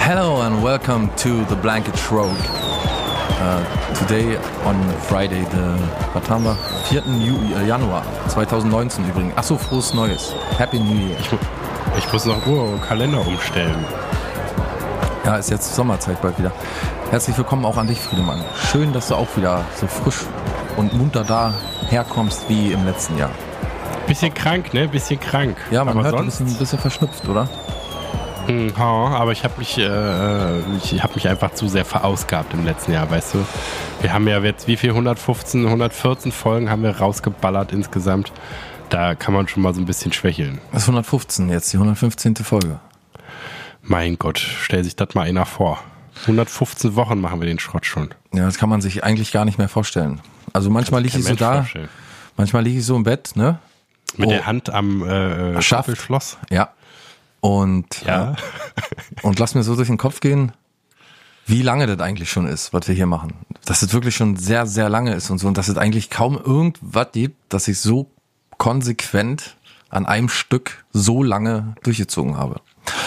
Hello and welcome to the Blanket Road. Today on Friday, was haben wir? 4. Januar 2019 übrigens. Achso, frohes Neues. Happy New Year. Ich muss noch Kalender umstellen. Ja, ist jetzt Sommerzeit bald wieder. Herzlich willkommen auch an dich, Friedemann. Schön, dass du auch wieder so frisch und munter da herkommst wie im letzten Jahr. Bisschen krank, ne? Bisschen krank. Ja, man aber hört sonst ein bisschen verschnupft, oder? Aber ich habe mich einfach zu sehr verausgabt im letzten Jahr, weißt du. Wir haben ja jetzt wie viel? 114 Folgen haben wir rausgeballert insgesamt. Da kann man schon mal so ein bisschen schwächeln. Das ist 115 jetzt, die 115. Folge. Mein Gott, stell sich das mal einer vor. 115 Wochen machen wir den Schrott schon. Ja, das kann man sich eigentlich gar nicht mehr vorstellen. Also manchmal liege ich so da, manchmal liege ich so im Bett, ne? Mit der Hand am Schaffelschloss. Ja. Und lass mir so durch den Kopf gehen, wie lange das eigentlich schon ist, was wir hier machen. Dass es wirklich schon sehr, sehr lange ist und so. Und dass es eigentlich kaum irgendwas gibt, dass ich so konsequent an einem Stück so lange durchgezogen habe.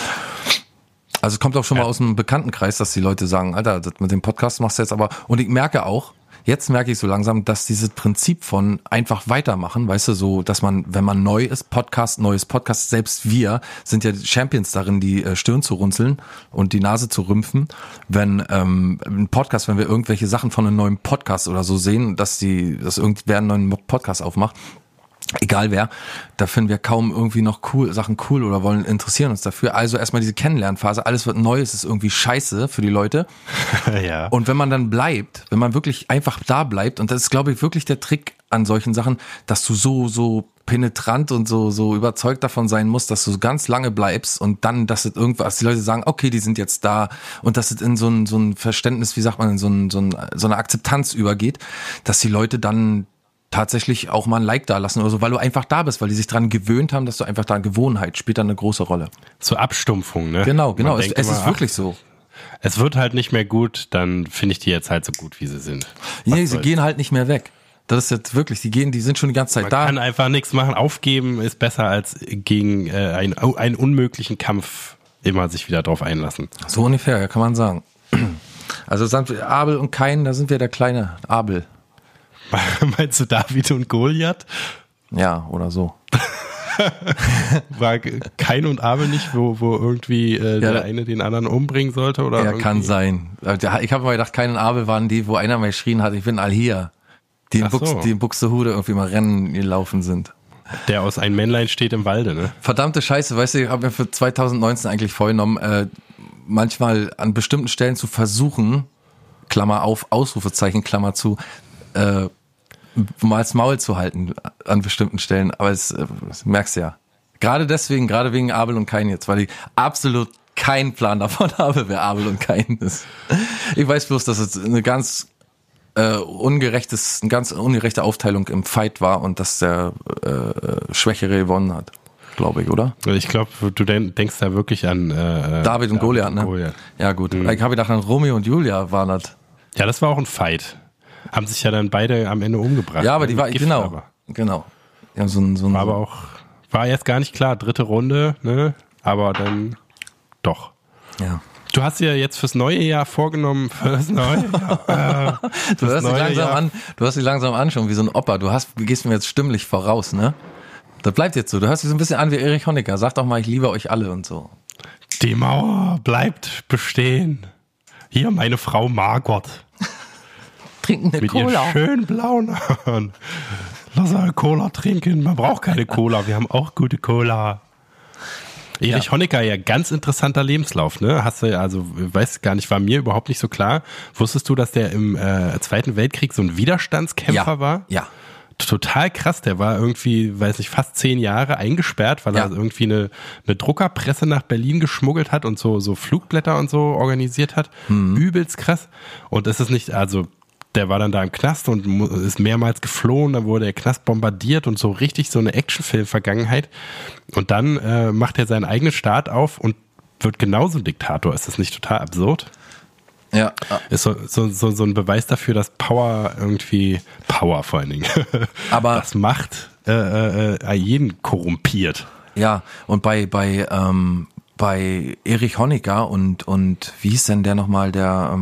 Also es kommt auch schon mal aus dem Bekanntenkreis, dass die Leute sagen, Alter, das mit dem Podcast machst du jetzt aber. Und ich merke auch, jetzt merke ich so langsam, dass dieses Prinzip von einfach weitermachen, weißt du, so, dass man, wenn man neues Podcast, selbst wir sind ja Champions darin, die Stirn zu runzeln und die Nase zu rümpfen, wenn ein Podcast, wenn wir irgendwelche Sachen von einem neuen Podcast oder so sehen, dass irgendwer einen neuen Podcast aufmacht, egal wer, da finden wir kaum irgendwie noch Sachen cool oder interessieren uns dafür. Also erstmal diese Kennenlernphase, alles wird neu, es ist irgendwie scheiße für die Leute. Ja. Und wenn man dann bleibt, wenn man wirklich einfach da bleibt, und das ist, glaube ich, wirklich der Trick an solchen Sachen, dass du so penetrant und so überzeugt davon sein musst, dass du ganz lange bleibst und dann, dass es irgendwas, die Leute sagen, okay, die sind jetzt da, und dass es in so ein Verständnis, wie sagt man, in so eine Akzeptanz übergeht, dass die Leute dann tatsächlich auch mal ein Like da lassen oder so, weil du einfach da bist, weil die sich dran gewöhnt haben, dass du einfach da Gewohnheit spielt dann eine große Rolle. So Abstumpfung, ne? Genau, es ist wirklich so. Es wird halt nicht mehr gut, dann finde ich die jetzt halt so gut, wie sie sind. Nee, sie gehen halt nicht mehr weg. Das ist jetzt wirklich, die sind schon die ganze Zeit da. Man kann einfach nichts machen. Aufgeben ist besser als gegen einen unmöglichen Kampf immer sich wieder drauf einlassen. So ungefähr, ja, kann man sagen. Also Abel und Kain, da sind wir der kleine Abel. Meinst du David und Goliath? Ja, oder so. War Kain und Abel nicht, wo irgendwie der eine den anderen umbringen sollte? Oder ja, irgendwie? Kann sein. Ich habe mal gedacht, Kain und Abel waren die, wo einer mal geschrien hat, ich bin all hier. Die in Buxtehude irgendwie mal Rennen gelaufen sind. Der aus Ein Männlein steht im Walde, ne? Verdammte Scheiße, weißt du, ich habe mir für 2019 eigentlich vorgenommen, manchmal an bestimmten Stellen zu versuchen, Klammer auf, Ausrufezeichen, Klammer zu, mal das Maul zu halten an bestimmten Stellen, aber das merkst du ja. Gerade wegen Abel und Kain jetzt, weil ich absolut keinen Plan davon habe, wer Abel und Kain ist. Ich weiß bloß, dass es eine ganz ungerechte Aufteilung im Fight war und dass der Schwächere gewonnen hat, glaube ich, oder? Ich glaube, du denkst da wirklich an David und Goliath, ne? Goliath. Ja gut, ich habe gedacht, an Romeo und Julia waren das. Ja, das war auch ein Fight. Haben sich ja dann beide am Ende umgebracht. Ja, aber die war, genau. Ja, war jetzt gar nicht klar, 3. Runde, ne? Aber dann doch. Ja. Du hast dir jetzt fürs neue Jahr vorgenommen, fürs neue Jahr. Du hörst dich langsam an, schon wie so ein Opa. Du gehst mir jetzt stimmlich voraus, ne? Das bleibt jetzt so. Du hörst dich so ein bisschen an wie Erich Honecker. Sag doch mal, ich liebe euch alle und so. Die Mauer bleibt bestehen. Hier meine Frau Margot. Trinken eine Cola. Mit ihren schönen blauen Haaren. Lass mal Cola trinken. Man braucht keine Cola. Wir haben auch gute Cola. Erich Honecker, ja, ganz interessanter Lebenslauf, ne? Weiß gar nicht, war mir überhaupt nicht so klar. Wusstest du, dass der im Zweiten Weltkrieg so ein Widerstandskämpfer war? Ja. Total krass, der war irgendwie, weiß nicht, fast 10 Jahre eingesperrt, weil er irgendwie eine Druckerpresse nach Berlin geschmuggelt hat und so Flugblätter und so organisiert hat. Übelst krass. Und es ist nicht, also der war dann da im Knast und ist mehrmals geflohen, dann wurde der Knast bombardiert und so richtig so eine Actionfilm-Vergangenheit. Und dann macht er seinen eigenen Staat auf und wird genauso ein Diktator. Ist das nicht total absurd? Ja. Ist so ein Beweis dafür, dass Power vor allen Dingen, aber das Macht jeden korrumpiert. Ja, und bei bei Erich Honecker und wie hieß denn der nochmal, der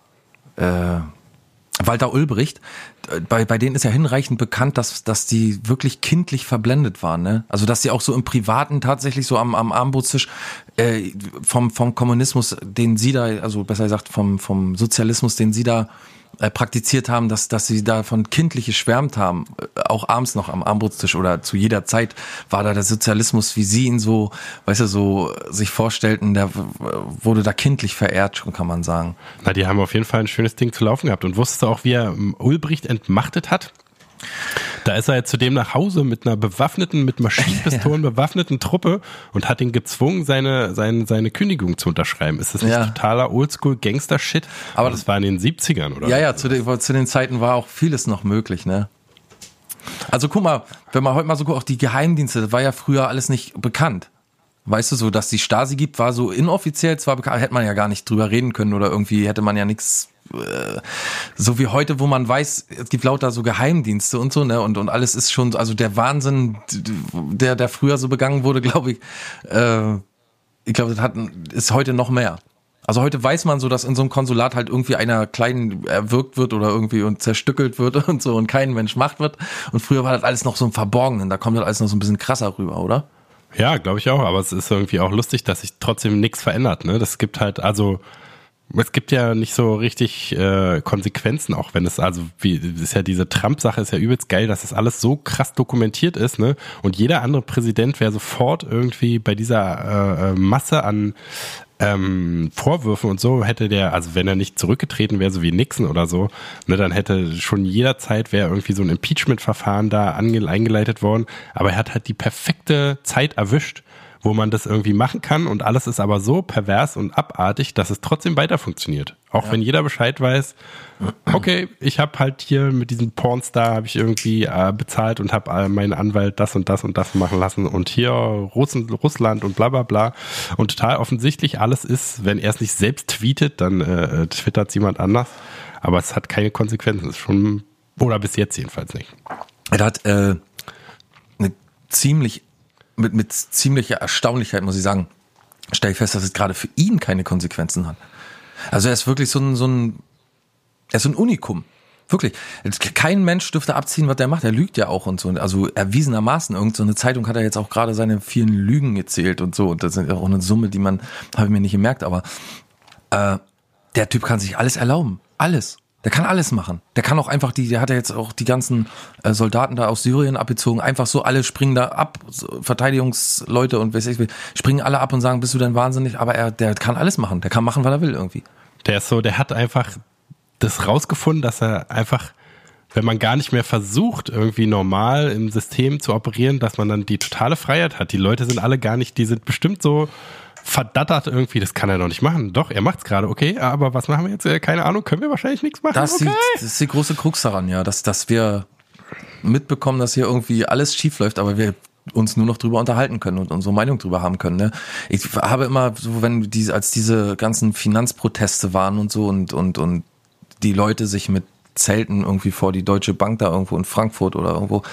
Walter Ulbricht, bei denen ist ja hinreichend bekannt, dass die wirklich kindlich verblendet waren, ne? Also dass sie auch so im Privaten tatsächlich so am Abendbrotstisch vom Kommunismus, den sie da, also besser gesagt vom Sozialismus, den sie da praktiziert haben, dass sie davon kindlich geschwärmt haben, auch abends noch am Abendbrotstisch oder zu jeder Zeit war da der Sozialismus, wie sie ihn so, weißt du, so sich vorstellten, der wurde da kindlich verehrt, schon kann man sagen. Na, die haben auf jeden Fall ein schönes Ding zu laufen gehabt. Und wusstest du auch, wie er Ulbricht entmachtet hat? Da ist er jetzt zudem nach Hause mit einer mit Maschinenpistolen bewaffneten Truppe und hat ihn gezwungen, seine Kündigung zu unterschreiben. Ist das nicht totaler Oldschool-Gangster-Shit? Aber das war in den 70ern, oder? Ja, zu den Zeiten war auch vieles noch möglich, ne? Also guck mal, wenn man heute mal so guckt, auch die Geheimdienste, das war ja früher alles nicht bekannt. Weißt du, so, dass die Stasi gibt, war so inoffiziell zwar bekannt, hätte man ja gar nicht drüber reden können oder irgendwie hätte man ja nichts, so wie heute, wo man weiß, es gibt lauter so Geheimdienste und so, ne, und alles ist schon, also der Wahnsinn, der früher so begangen wurde, glaube ich glaube, das ist heute noch mehr. Also heute weiß man so, dass in so einem Konsulat halt irgendwie einer kleinen erwürgt wird oder irgendwie und zerstückelt wird und so und kein Mensch macht wird. Und früher war das alles noch so im Verborgenen, da kommt das alles noch so ein bisschen krasser rüber, oder? Ja, glaube ich auch, aber es ist irgendwie auch lustig, dass sich trotzdem nichts verändert, ne? Das gibt halt, also es gibt ja nicht so richtig Konsequenzen, auch wenn es, also wie ist ja diese Trump-Sache ist ja übelst geil, dass das alles so krass dokumentiert ist, ne? Und jeder andere Präsident wäre sofort irgendwie bei dieser Masse an Vorwürfen und so hätte der, also wenn er nicht zurückgetreten wäre, so wie Nixon oder so, ne, dann hätte schon jederzeit wäre irgendwie so ein Impeachment-Verfahren da eingeleitet worden, aber er hat halt die perfekte Zeit erwischt, wo man das irgendwie machen kann und alles ist aber so pervers und abartig, dass es trotzdem weiter funktioniert. Auch wenn jeder Bescheid weiß, okay, ich habe halt hier mit diesem Pornstar habe ich irgendwie bezahlt und habe meinen Anwalt das und das und das machen lassen und hier Russland und bla bla bla. Und total offensichtlich alles ist, wenn er es nicht selbst tweetet, dann twittert es jemand anders. Aber es hat keine Konsequenzen. Es ist schon, oder bis jetzt jedenfalls nicht. Er hat eine ziemlich mit ziemlicher Erstaunlichkeit, muss ich sagen, stelle ich fest, dass es gerade für ihn keine Konsequenzen hat. Also er ist wirklich er ist ein Unikum. Wirklich. Kein Mensch dürfte abziehen, was der macht. Er lügt ja auch und so. Also erwiesenermaßen. Irgend so eine Zeitung hat er jetzt auch gerade seine vielen Lügen gezählt und so. Und das ist auch eine Summe, habe ich mir nicht gemerkt. Aber der Typ kann sich alles erlauben. Alles. Der kann alles machen. Der kann auch einfach der hat ja jetzt auch die ganzen Soldaten da aus Syrien abgezogen. Einfach so, alle springen da ab, so, Verteidigungsleute und weiß ich, springen alle ab und sagen, bist du denn wahnsinnig? Aber der kann alles machen. Der kann machen, was er will irgendwie. Der hat einfach das rausgefunden, dass er einfach, wenn man gar nicht mehr versucht, irgendwie normal im System zu operieren, dass man dann die totale Freiheit hat. Die Leute sind alle gar nicht, die sind bestimmt so verdattert irgendwie, das kann er doch nicht machen. Doch, er macht's gerade, okay, aber was machen wir jetzt? Keine Ahnung, können wir wahrscheinlich nichts machen. Das ist die große Krux daran, ja, dass wir mitbekommen, dass hier irgendwie alles schief läuft, aber wir uns nur noch drüber unterhalten können und unsere Meinung drüber haben können. Ne? Ich habe immer so, als diese ganzen Finanzproteste waren und so und die Leute sich mit Zelten irgendwie vor die Deutsche Bank da irgendwo in Frankfurt oder irgendwo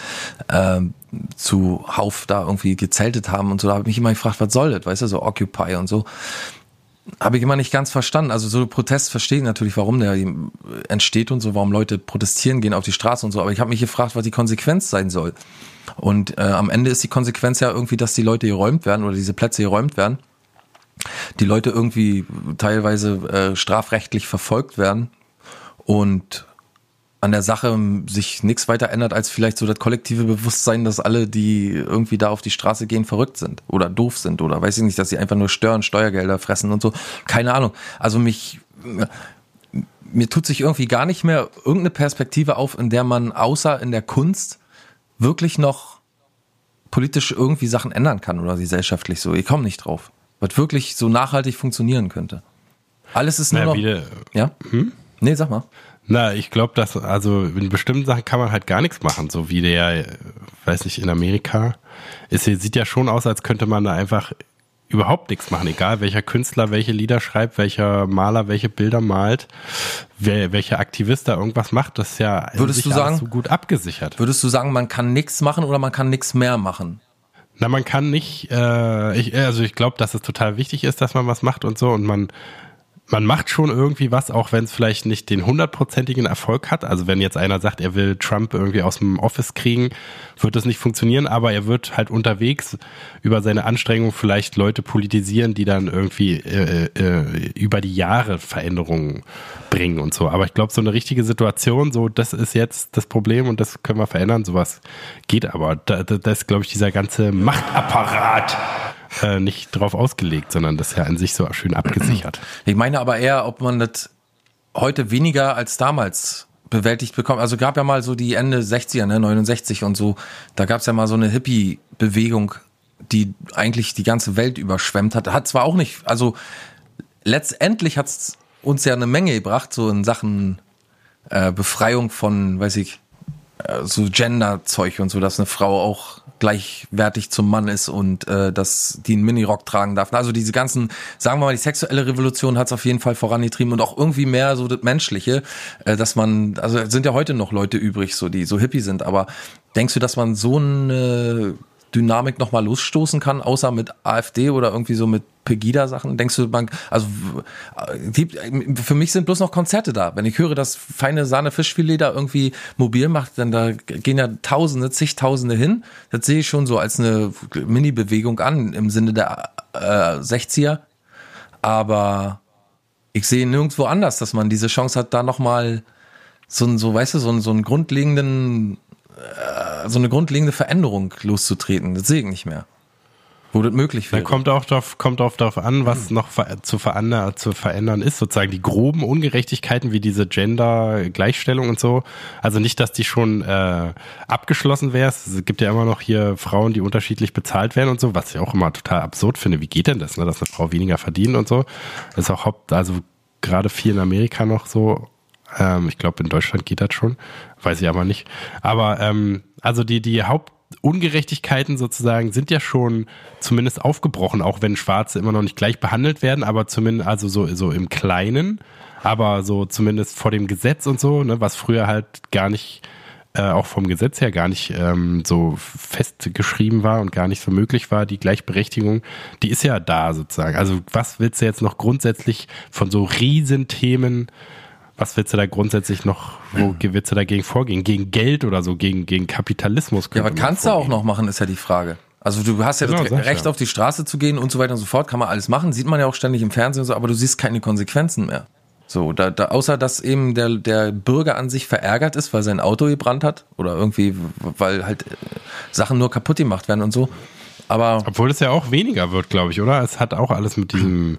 zuhauf da irgendwie gezeltet haben und so, da habe ich mich immer gefragt, was soll das, weißt du, so Occupy und so. Habe ich immer nicht ganz verstanden. Also so Protest verstehe ich natürlich, warum der entsteht und so, warum Leute protestieren, gehen auf die Straße und so, aber ich habe mich gefragt, was die Konsequenz sein soll. Und am Ende ist die Konsequenz ja irgendwie, dass die Leute geräumt werden oder diese Plätze geräumt werden, die Leute irgendwie teilweise strafrechtlich verfolgt werden und an der Sache sich nichts weiter ändert als vielleicht so das kollektive Bewusstsein, dass alle, die irgendwie da auf die Straße gehen, verrückt sind oder doof sind oder weiß ich nicht, dass sie einfach nur stören, Steuergelder fressen und so. Keine Ahnung. Also mir tut sich irgendwie gar nicht mehr irgendeine Perspektive auf, in der man außer in der Kunst wirklich noch politisch irgendwie Sachen ändern kann oder gesellschaftlich so. Ich komme nicht drauf. Was wirklich so nachhaltig funktionieren könnte. Alles ist nur noch... Ja? Nee, sag mal. Na, ich glaube, dass, also in bestimmten Sachen kann man halt gar nichts machen, so wie der, weiß nicht, in Amerika. Sieht ja schon aus, als könnte man da einfach überhaupt nichts machen, egal welcher Künstler welche Lieder schreibt, welcher Maler welche Bilder malt, welcher Aktivist da irgendwas macht, das ist ja würdest du sagen, so gut abgesichert. Würdest du sagen, man kann nichts machen oder man kann nichts mehr machen? Na, man kann nicht, ich glaube, dass es total wichtig ist, dass man was macht und so und man macht schon irgendwie was, auch wenn es vielleicht nicht den 100%igen Erfolg hat. Also wenn jetzt einer sagt, er will Trump irgendwie aus dem Office kriegen, wird das nicht funktionieren, aber er wird halt unterwegs über seine Anstrengungen vielleicht Leute politisieren, die dann irgendwie über die Jahre Veränderungen bringen und so. Aber ich glaube, so eine richtige Situation, so das ist jetzt das Problem und das können wir verändern, sowas geht aber. Da ist, glaube ich, dieser ganze Machtapparat nicht drauf ausgelegt, sondern das ist ja an sich so schön abgesichert. Ich meine aber eher, ob man das heute weniger als damals bewältigt bekommt. Also gab ja mal so die Ende 60er, 69 und so, da gab es ja mal so eine Hippie-Bewegung, die eigentlich die ganze Welt überschwemmt hat. Hat zwar auch nicht, also letztendlich hat es uns ja eine Menge gebracht, so in Sachen Befreiung von, weiß ich, so Gender-Zeug und so, dass eine Frau auch gleichwertig zum Mann ist und dass die einen Minirock tragen darf. Also diese ganzen, sagen wir mal, die sexuelle Revolution hat es auf jeden Fall vorangetrieben und auch irgendwie mehr so das Menschliche, dass man, also es sind ja heute noch Leute übrig, so die so Hippie sind, aber denkst du, dass man so eine Dynamik nochmal losstoßen kann, außer mit AfD oder irgendwie so mit Pegida-Sachen? Denkst du, also für mich sind bloß noch Konzerte da. Wenn ich höre, dass feine Sahne Fischfilet da irgendwie mobil macht, dann da gehen ja Tausende, zigtausende hin. Das sehe ich schon so als eine Mini-Bewegung an, im Sinne der 60er. Aber ich sehe nirgendwo anders, dass man diese Chance hat, da nochmal so einen grundlegenden so eine grundlegende Veränderung loszutreten. Das sehe ich nicht mehr. Wo das möglich wäre. Kommt auch darauf an, was noch zu verändern ist, sozusagen die groben Ungerechtigkeiten wie diese Gender-Gleichstellung und so. Also nicht, dass die schon abgeschlossen wäre. Es gibt ja immer noch hier Frauen, die unterschiedlich bezahlt werden und so, was ich auch immer total absurd finde. Wie geht denn das, ne? Dass eine Frau weniger verdient und so? Das ist auch also gerade viel in Amerika noch so. Ich glaube, in Deutschland geht das schon. Weiß ich aber nicht. Aber also die Hauptungerechtigkeiten sozusagen sind ja schon zumindest aufgebrochen, auch wenn Schwarze immer noch nicht gleich behandelt werden, aber zumindest also so im Kleinen, aber so zumindest vor dem Gesetz und so, ne, was früher halt gar nicht, auch vom Gesetz her gar nicht so festgeschrieben war und gar nicht so möglich war, die Gleichberechtigung, die ist ja da sozusagen. Also was willst du jetzt noch grundsätzlich von so Riesenthemen, was willst du da grundsätzlich noch, wo willst du dagegen vorgehen? Gegen Geld oder so, gegen Kapitalismus? Ja, aber kannst du auch noch machen, ist ja die Frage. Also du hast ja das Recht, auf die Straße zu gehen und so weiter und so fort, kann man alles machen, sieht man ja auch ständig im Fernsehen und so, aber du siehst keine Konsequenzen mehr. So, außer dass eben der Bürger an sich verärgert ist, weil sein Auto gebrannt hat oder irgendwie, weil halt Sachen nur kaputt gemacht werden und so. Aber obwohl es ja auch weniger wird, glaube ich, oder? Es hat auch alles mit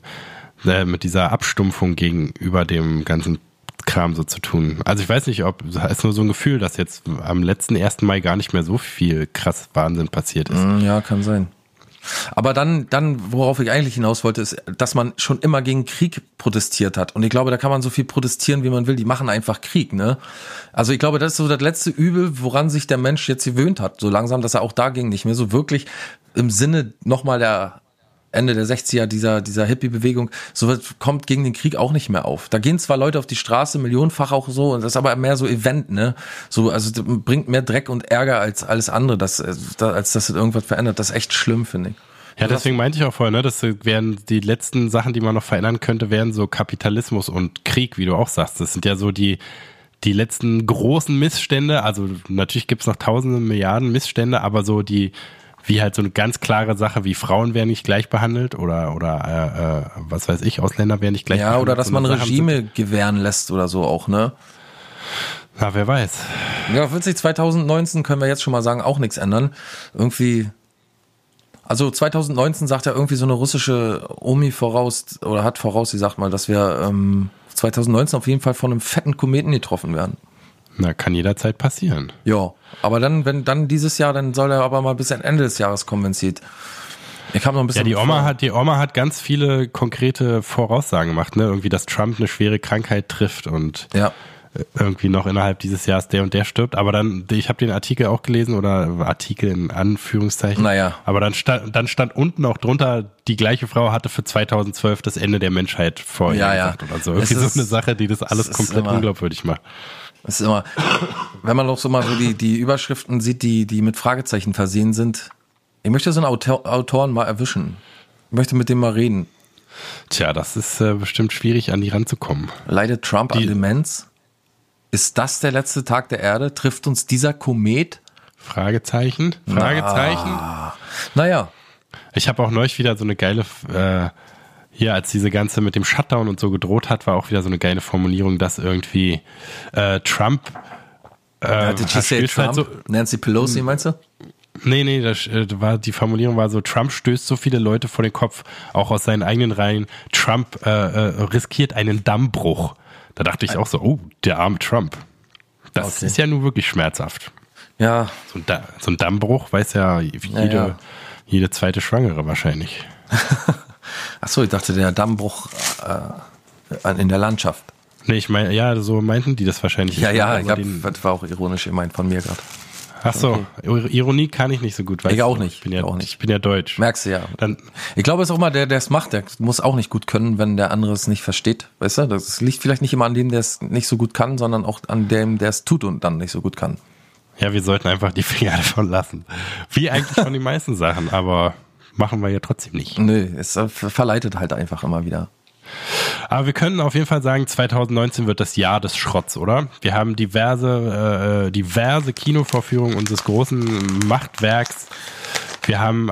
mit dieser Abstumpfung gegenüber dem ganzen Kram so zu tun. Also ich weiß nicht, ob es ist nur so ein Gefühl, dass jetzt am letzten 1. Mai gar nicht mehr so viel krass Wahnsinn passiert ist. Ja, kann sein. Aber dann, worauf ich eigentlich hinaus wollte, ist, dass man schon immer gegen Krieg protestiert hat. Und ich glaube, da kann man so viel protestieren, wie man will. Die machen einfach Krieg, ne? Also ich glaube, das ist so das letzte Übel, woran sich der Mensch jetzt gewöhnt hat. So langsam, dass er auch dagegen nicht mehr so wirklich im Sinne nochmal der Ende der 60er, dieser Hippie-Bewegung, sowas kommt gegen den Krieg auch nicht mehr auf. Da gehen zwar Leute auf die Straße, millionenfach auch so, und das ist aber mehr so Event, ne? So, also das bringt mehr Dreck und Ärger als alles andere, als dass das irgendwas verändert. Das ist echt schlimm, finde ich. Ja, deswegen meinte ich auch vorhin, ne, das wären die letzten Sachen, die man noch verändern könnte, wären so Kapitalismus und Krieg, wie du auch sagst. Das sind ja so die letzten großen Missstände. Also natürlich gibt's noch tausende Milliarden Missstände, aber so wie halt so eine ganz klare Sache, wie Frauen werden nicht gleich behandelt oder was weiß ich, Ausländer werden nicht gleich behandelt. Ja, oder dass so man Regime gewähren lässt oder so auch, ne? Na, wer weiß. Ja, wird sich 2019, können wir jetzt schon mal sagen, auch nichts ändern. Irgendwie, also 2019 sagt ja irgendwie so eine russische Omi voraus, oder hat voraus, sie sagt mal, dass wir 2019 auf jeden Fall von einem fetten Kometen getroffen werden. Na, kann jederzeit passieren. Ja, aber wenn dann dieses Jahr, dann soll er aber mal bis Ende des Jahres kommen, wenn es sieht. Ich habe noch ein bisschen. Ja, die Oma hat ganz viele konkrete Voraussagen gemacht, ne? Irgendwie, dass Trump eine schwere Krankheit trifft und irgendwie noch innerhalb dieses Jahres der und der stirbt. Aber dann, ich habe den Artikel auch gelesen oder Artikel in Anführungszeichen. Naja. Aber dann stand unten auch drunter, die gleiche Frau hatte für 2012 das Ende der Menschheit vorher gesagt oder so. Irgendwie so eine Sache, die das alles komplett unglaubwürdig macht. Das ist immer, wenn man doch so mal so die Überschriften sieht, die mit Fragezeichen versehen sind, Ich möchte so einen Autoren mal erwischen. Ich möchte mit dem mal reden. Tja, das ist bestimmt schwierig, an die ranzukommen. Leidet Trump an Demenz? Ist das der letzte Tag der Erde? Trifft uns dieser Komet? Fragezeichen? Naja. Ich habe auch neulich wieder so eine geile, hier als diese ganze mit dem Shutdown und so gedroht hat, war auch wieder so eine geile Formulierung, dass irgendwie Trump Did you say Trump? Halt so, Nancy Pelosi, meinst du? Nee, die Formulierung war so, Trump stößt so viele Leute vor den Kopf, auch aus seinen eigenen Reihen. Trump riskiert einen Dammbruch. Da dachte ich auch so, oh, der arme Trump. Das ist ja nun wirklich schmerzhaft. Ja. So ein Dammbruch weiß ja jede zweite Schwangere wahrscheinlich. Achso, ich dachte, der Dammbruch in der Landschaft. Nee, ich meine, ja, so meinten die das wahrscheinlich. Das war auch ironisch gemeint von mir gerade. Ach so, okay. Ironie kann ich nicht so gut. Ich auch nicht. Ich bin ja deutsch. Merkst du ja. Ich glaube, es ist auch mal der es macht, der muss auch nicht gut können, wenn der andere es nicht versteht. Weißt du, das liegt vielleicht nicht immer an dem, der es nicht so gut kann, sondern auch an dem, der es tut und dann nicht so gut kann. Ja, wir sollten einfach die Finger davon lassen. Wie eigentlich von den meisten Sachen, aber machen wir ja trotzdem nicht. Nö, es verleitet halt einfach immer wieder. Aber wir können auf jeden Fall sagen, 2019 wird das Jahr des Schrotts, oder? Wir haben diverse Kinovorführungen unseres großen Machtwerks. Wir haben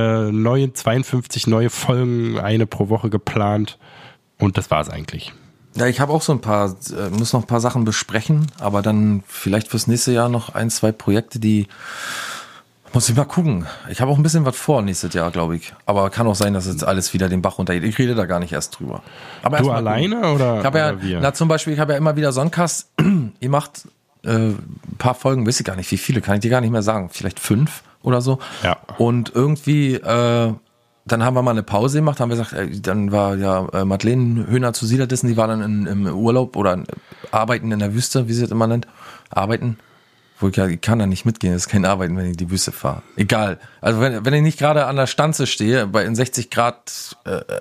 52 neue Folgen, eine pro Woche geplant. Und das war's eigentlich. Ja, ich habe auch so muss noch ein paar Sachen besprechen, aber dann vielleicht fürs nächste Jahr noch 1, 2 Projekte, die muss ich mal gucken. Ich habe auch ein bisschen was vor nächstes Jahr, glaube ich. Aber kann auch sein, dass jetzt alles wieder den Bach runtergeht. Ich rede da gar nicht erst drüber. Aber du alleine oder? Ich habe ja, zum Beispiel, ich habe ja immer wieder Sonnencast. Ihr macht ein paar Folgen, weiß ich gar nicht, wie viele, kann ich dir gar nicht mehr sagen. Vielleicht 5 oder so. Ja. Und irgendwie, dann haben wir mal eine Pause gemacht, haben wir gesagt, dann war ja Madeleine Höhner zu Siederdissen, die war dann im Urlaub oder arbeiten in der Wüste, wie sie das immer nennt. Arbeiten. Ich kann da nicht mitgehen, das ist kein Arbeiten, wenn ich in die Wüste fahre. Egal. Also wenn ich nicht gerade an der Stanze stehe, in 60 Grad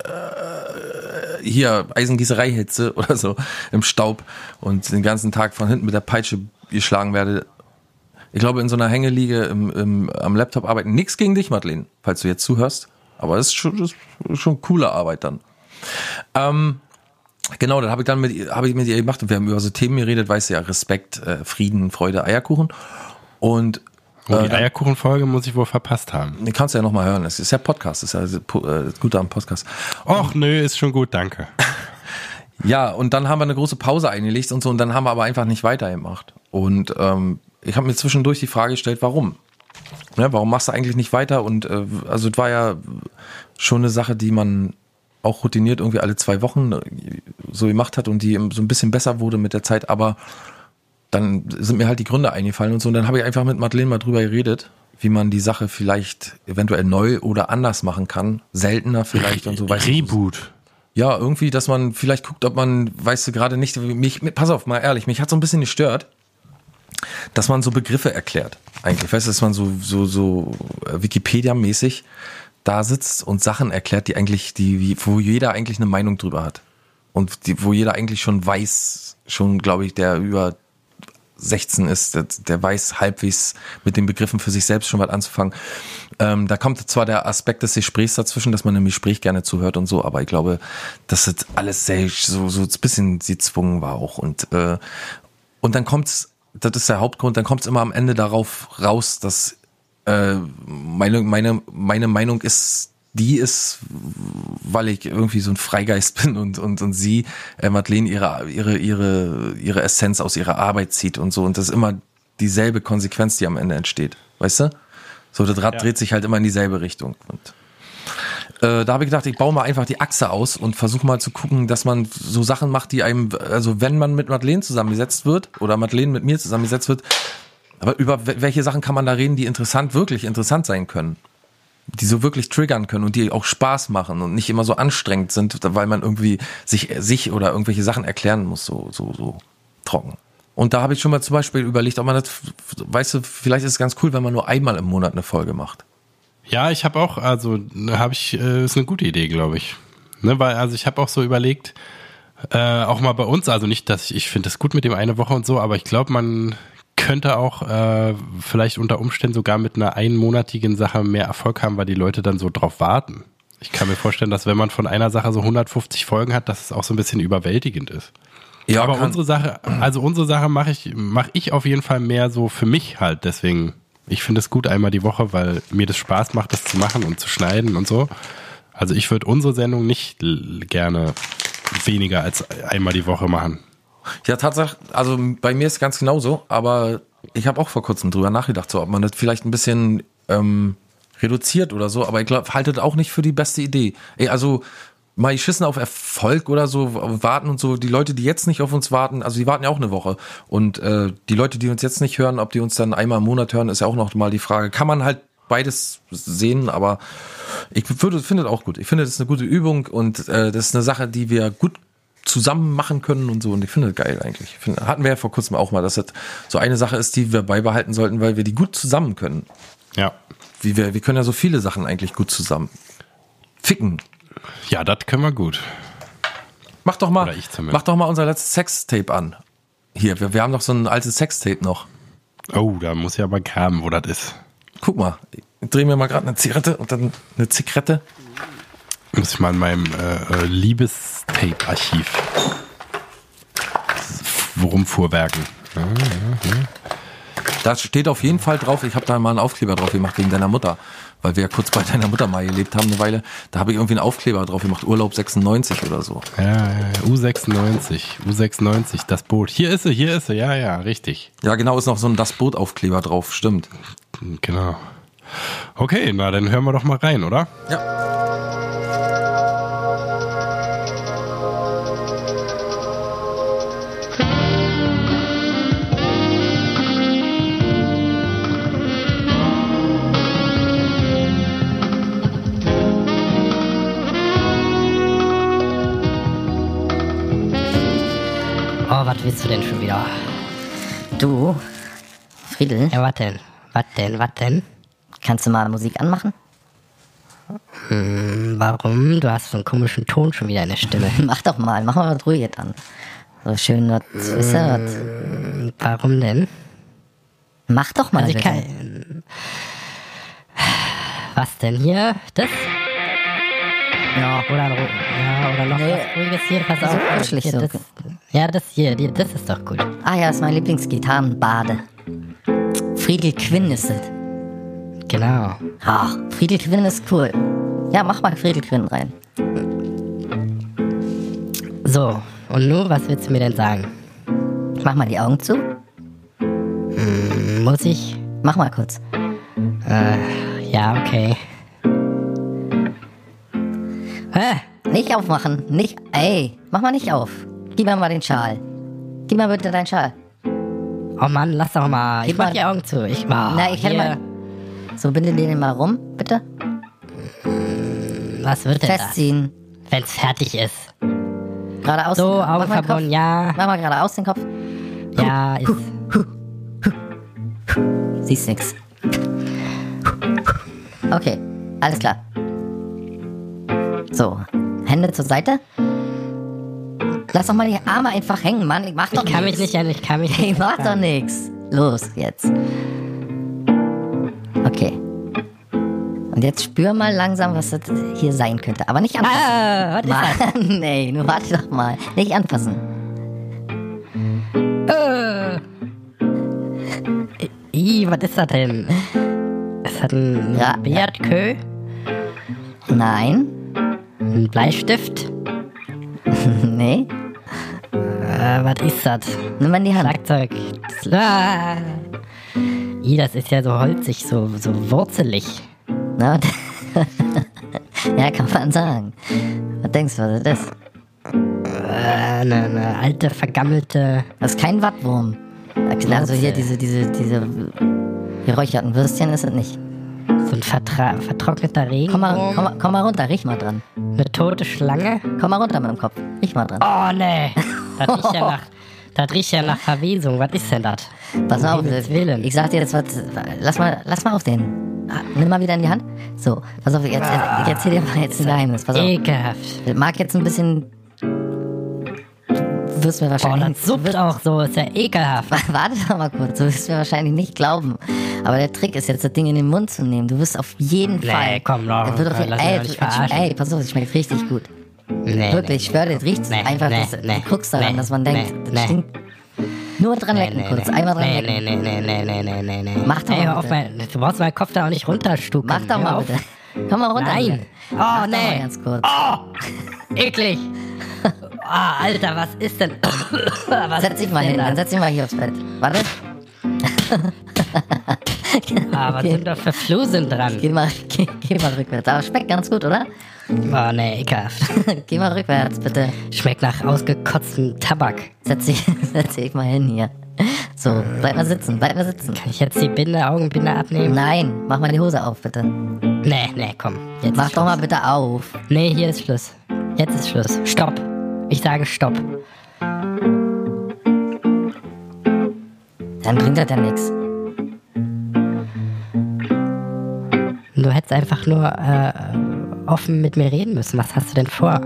hier Eisengießereihitze oder so im Staub und den ganzen Tag von hinten mit der Peitsche geschlagen werde. Ich glaube, in so einer Hängeliege am Laptop arbeiten. Nichts gegen dich, Madeleine, falls du jetzt zuhörst. Aber es ist schon coole Arbeit dann. Genau, dann habe ich mit ihr gemacht und wir haben über so Themen geredet, weißt du ja, Respekt, Frieden, Freude, Eierkuchen. Und die Eierkuchenfolge muss ich wohl verpasst haben. Die kannst du ja nochmal hören. Es ist ja Podcast, es ist ja gut am Podcast. Och, nö, ist schon gut, danke. Ja, und dann haben wir eine große Pause eingelegt und so und dann haben wir aber einfach nicht weitergemacht. Und ich habe mir zwischendurch die Frage gestellt, warum? Ja, warum machst du eigentlich nicht weiter? Und also es war ja schon eine Sache, die man auch routiniert irgendwie alle 2 Wochen so gemacht hat und die so ein bisschen besser wurde mit der Zeit, aber dann sind mir halt die Gründe eingefallen und so und dann habe ich einfach mit Madeleine mal drüber geredet, wie man die Sache vielleicht eventuell neu oder anders machen kann, seltener vielleicht und so. Reboot. Ja, irgendwie, dass man vielleicht guckt, ob man, weißt du, gerade nicht, pass auf, mal ehrlich, mich hat so ein bisschen gestört, dass man so Begriffe erklärt, eigentlich, weißt du, dass man so Wikipedia-mäßig da sitzt und Sachen erklärt, wo jeder eigentlich eine Meinung drüber hat. Und wo jeder eigentlich schon weiß, glaube ich, der über 16 ist, der weiß halbwegs mit den Begriffen für sich selbst schon was anzufangen. Da kommt zwar der Aspekt des Gesprächs dazwischen, dass man im Gespräch gerne zuhört und so, aber ich glaube, dass das alles sehr so ein bisschen gezwungen war auch. Und dann kommt's, das ist der Hauptgrund, dann kommt's immer am Ende darauf raus, dass meine Meinung ist, weil ich irgendwie so ein Freigeist bin und sie, Madeleine, ihre Essenz aus ihrer Arbeit zieht und so. Und das ist immer dieselbe Konsequenz, die am Ende entsteht. Weißt du? So, das Rad dreht sich halt immer in dieselbe Richtung. Und da habe ich gedacht, ich baue mal einfach die Achse aus und versuche mal zu gucken, dass man so Sachen macht, die einem, also wenn man mit Madeleine zusammengesetzt wird oder Madeleine mit mir zusammengesetzt wird, aber über welche Sachen kann man da reden, die wirklich interessant sein können? Die so wirklich triggern können und die auch Spaß machen und nicht immer so anstrengend sind, weil man irgendwie sich oder irgendwelche Sachen erklären muss, so trocken. Und da habe ich schon mal zum Beispiel überlegt, ob man das, weißt du, vielleicht ist es ganz cool, wenn man nur einmal im Monat eine Folge macht. Ja, ich habe auch, ist eine gute Idee, glaube ich. Ne, weil, ich habe auch so überlegt, auch mal bei uns, also nicht, dass ich finde das gut mit dem eine Woche und so, aber ich glaube, man könnte auch vielleicht unter Umständen sogar mit einer einmonatigen Sache mehr Erfolg haben, weil die Leute dann so drauf warten. Ich kann mir vorstellen, dass wenn man von einer Sache so 150 Folgen hat, dass es auch so ein bisschen überwältigend ist. Ja, aber unsere Sache mache ich auf jeden Fall mehr so für mich halt. Deswegen, ich finde es gut einmal die Woche, weil mir das Spaß macht, das zu machen und zu schneiden und so. Also ich würde unsere Sendung nicht gerne weniger als einmal die Woche machen. Ja, Tatsache, also bei mir ist es ganz genauso, aber ich habe auch vor kurzem drüber nachgedacht, so ob man das vielleicht ein bisschen reduziert oder so, aber ich glaube, haltet auch nicht für die beste Idee. Also mal geschissen auf Erfolg oder so, warten und so, die Leute, die jetzt nicht auf uns warten, also die warten ja auch eine Woche und die Leute, die uns jetzt nicht hören, ob die uns dann einmal im Monat hören, ist ja auch noch mal die Frage. Kann man halt beides sehen, aber ich finde es auch gut. Ich finde, das ist eine gute Übung und das ist eine Sache, die wir gut zusammen machen können und so und ich finde das geil eigentlich. Hatten wir ja vor kurzem auch mal, dass das so eine Sache ist, die wir beibehalten sollten, weil wir die gut zusammen können. Ja. Wir können ja so viele Sachen eigentlich gut zusammen. Ficken. Ja, das können wir gut. Mach doch mal unser letztes Sextape an. Hier, wir haben doch so ein altes Sextape noch. Oh, da muss ich aber graben, wo das ist. Guck mal, ich drehe mir mal gerade eine Zigarette und dann eine Zigarette. Muss ich mal in meinem Liebestape-Archiv rumfuhrwerken. Da steht auf jeden Fall drauf, ich habe da mal einen Aufkleber drauf gemacht wegen deiner Mutter, weil wir ja kurz bei deiner Mutter mal gelebt haben eine Weile. Da habe ich irgendwie einen Aufkleber drauf gemacht, Urlaub 96 oder so. Ja, U96, das Boot. Hier ist sie, ja, richtig. Ja, genau, ist noch so ein Das Boot-Aufkleber drauf, stimmt. Genau. Okay, na dann hören wir doch mal rein, oder? Ja. Oh, was willst du denn schon wieder? Du, Friedel? Ja, was denn? Kannst du mal Musik anmachen? Warum? Du hast so einen komischen Ton schon wieder in der Stimme. Mach mal was ruhiges an. So schön, was. Warum denn? Mach doch mal. Also was denn hier? Das? Ja. Oder noch was Ruhiges hier, pass auf. So hier, das, ja, das hier, das ist doch gut. Ah ja, das ist mein Lieblingsgitarrenbade. Friedel Quinn ist es. Genau. Ach, Friedel Quinn ist cool. Ja, mach mal Friedel Quinn rein. So, und nun, was willst du mir denn sagen? Ich mach mal die Augen zu. Muss ich? Mach mal kurz. Ja, okay. Nicht aufmachen, mach mal nicht auf. Gib mir mal den Schal. Gib mal bitte deinen Schal. Oh Mann, lass doch mal. Ich mach die Augen zu. Ich hätte mal. So, binde den mal rum, bitte. Was wird denn festziehen? Das? Wenn's fertig ist. Geradeaus. So, Augen verbunden, ja. Mach mal geradeaus den Kopf. Ja, ist. Siehst nix. Okay, alles klar. So, Hände zur Seite. Lass doch mal die Arme einfach hängen, Mann. Ich mach doch nichts. Ich kann mich nicht. Ich mach doch nichts. Los, jetzt. Okay. Und jetzt spür mal langsam, was das hier sein könnte. Aber nicht anfassen. Was ist das? Nee, nur warte doch mal. Nicht anfassen. Was ist das denn? Ist das ein Beardkö? Nein. Ein Bleistift? Nee. Was ist das? Nimm mal in die Hand. Schlagzeug. Das ist ja so holzig, so wurzelig. Na, ja, kann man sagen. Was denkst du, was das ist? Eine alte, vergammelte... Das ist kein Wattwurm. Also hier diese geräucherten Würstchen ist es nicht. So ein vertrockneter Regen. Komm mal runter, riech mal dran. Eine tote Schlange. Komm mal runter mit dem Kopf, riech mal dran. Oh, nee. Das riecht ja nach Verwesung. Was ist denn das? Pass auf, ich sag dir jetzt was. Lass mal auf den. Nimm mal wieder in die Hand. So, pass auf, jetzt erzähl dir mal jetzt ein Geheimnis. Pass auf. Ekelhaft. Das mag jetzt ein bisschen wirst mir wahrscheinlich... das suppt auch so, ist ja ekelhaft. Warte doch mal kurz, du wirst mir wahrscheinlich nicht glauben. Aber der Trick ist jetzt, das Ding in den Mund zu nehmen. Du wirst auf jeden Fall... Nee, komm, noch. Das wird auf jeden, Lass mich doch nicht verarschen. ey, pass auf, es schmeckt richtig gut. Nee, Wirklich, ich schwöre, das riecht einfach, du guckst daran, dass man denkt, das stinkt. Nur dran lecken kurz, einmal dran lecken. Nee. Mach doch Ey, mal hör auf, bitte. du brauchst meinen Kopf da auch nicht runterstucken. Mach doch Hör mal auf. bitte. Komm mal runter. Nein. Oh, Oh, Mal nee. ganz kurz. Eklig. Oh, Alter, was ist denn? Was Setz dich mal hin, dann setz dich mal hier aufs Bett. Warte. Was sind da für Flusen dran? Geh mal rückwärts. Aber schmeckt ganz gut, oder? Oh, nee, ekelhaft. Geh mal rückwärts, bitte. Schmeckt nach ausgekotztem Tabak. Setz dich mal hin hier. So, bleib mal sitzen. Kann ich jetzt die Augenbinde abnehmen? Nein, mach mal die Hose auf, bitte. Nee, komm. Jetzt Mach ist doch Schluss. mal bitte auf. Nee, hier ist Schluss. Jetzt ist Schluss. Stopp. Ich sage Stopp. Dann bringt das ja nichts. Du hättest einfach nur offen mit mir reden müssen. Was hast du denn vor?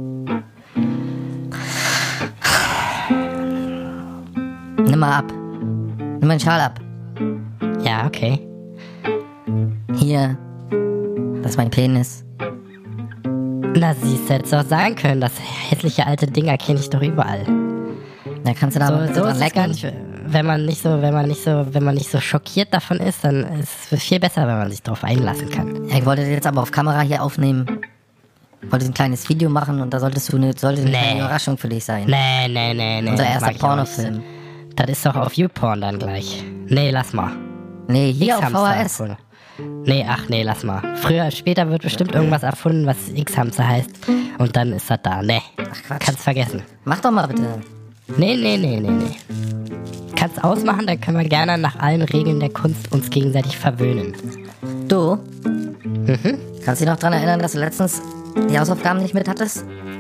Nimm mal ab. Nimm den Schal ab. Ja, okay. Hier. Das ist mein Penis. Na, siehst du, hättest du auch sagen können, das hässliche alte Dinger kenne ich doch überall. Da kannst du da mal So dran ist es gar lecken. nicht, wenn man nicht so schockiert davon ist, dann ist es viel besser, wenn man sich darauf einlassen kann. Ja, ich wollte das jetzt aber auf Kamera hier aufnehmen. Ich wollte ein kleines Video machen und da sollte eine kleine Überraschung für dich sein. Nee. Unser das erster mag ich auch Pornofilm. nicht. Das ist doch auf YouPorn dann gleich. Nee, lass mal. Nee, hier auf X-Hamster VHS. erfunden. Nee, lass mal. Später wird bestimmt irgendwas erfunden, was X-Hamster heißt. Und dann ist das da. Nee, Quatsch. kannst vergessen. Mach doch mal bitte. Nee. Kannst ausmachen, dann können wir gerne nach allen Regeln der Kunst uns gegenseitig verwöhnen. Du? Kannst du dich noch dran erinnern, dass du letztens die Hausaufgaben nicht mit hattest?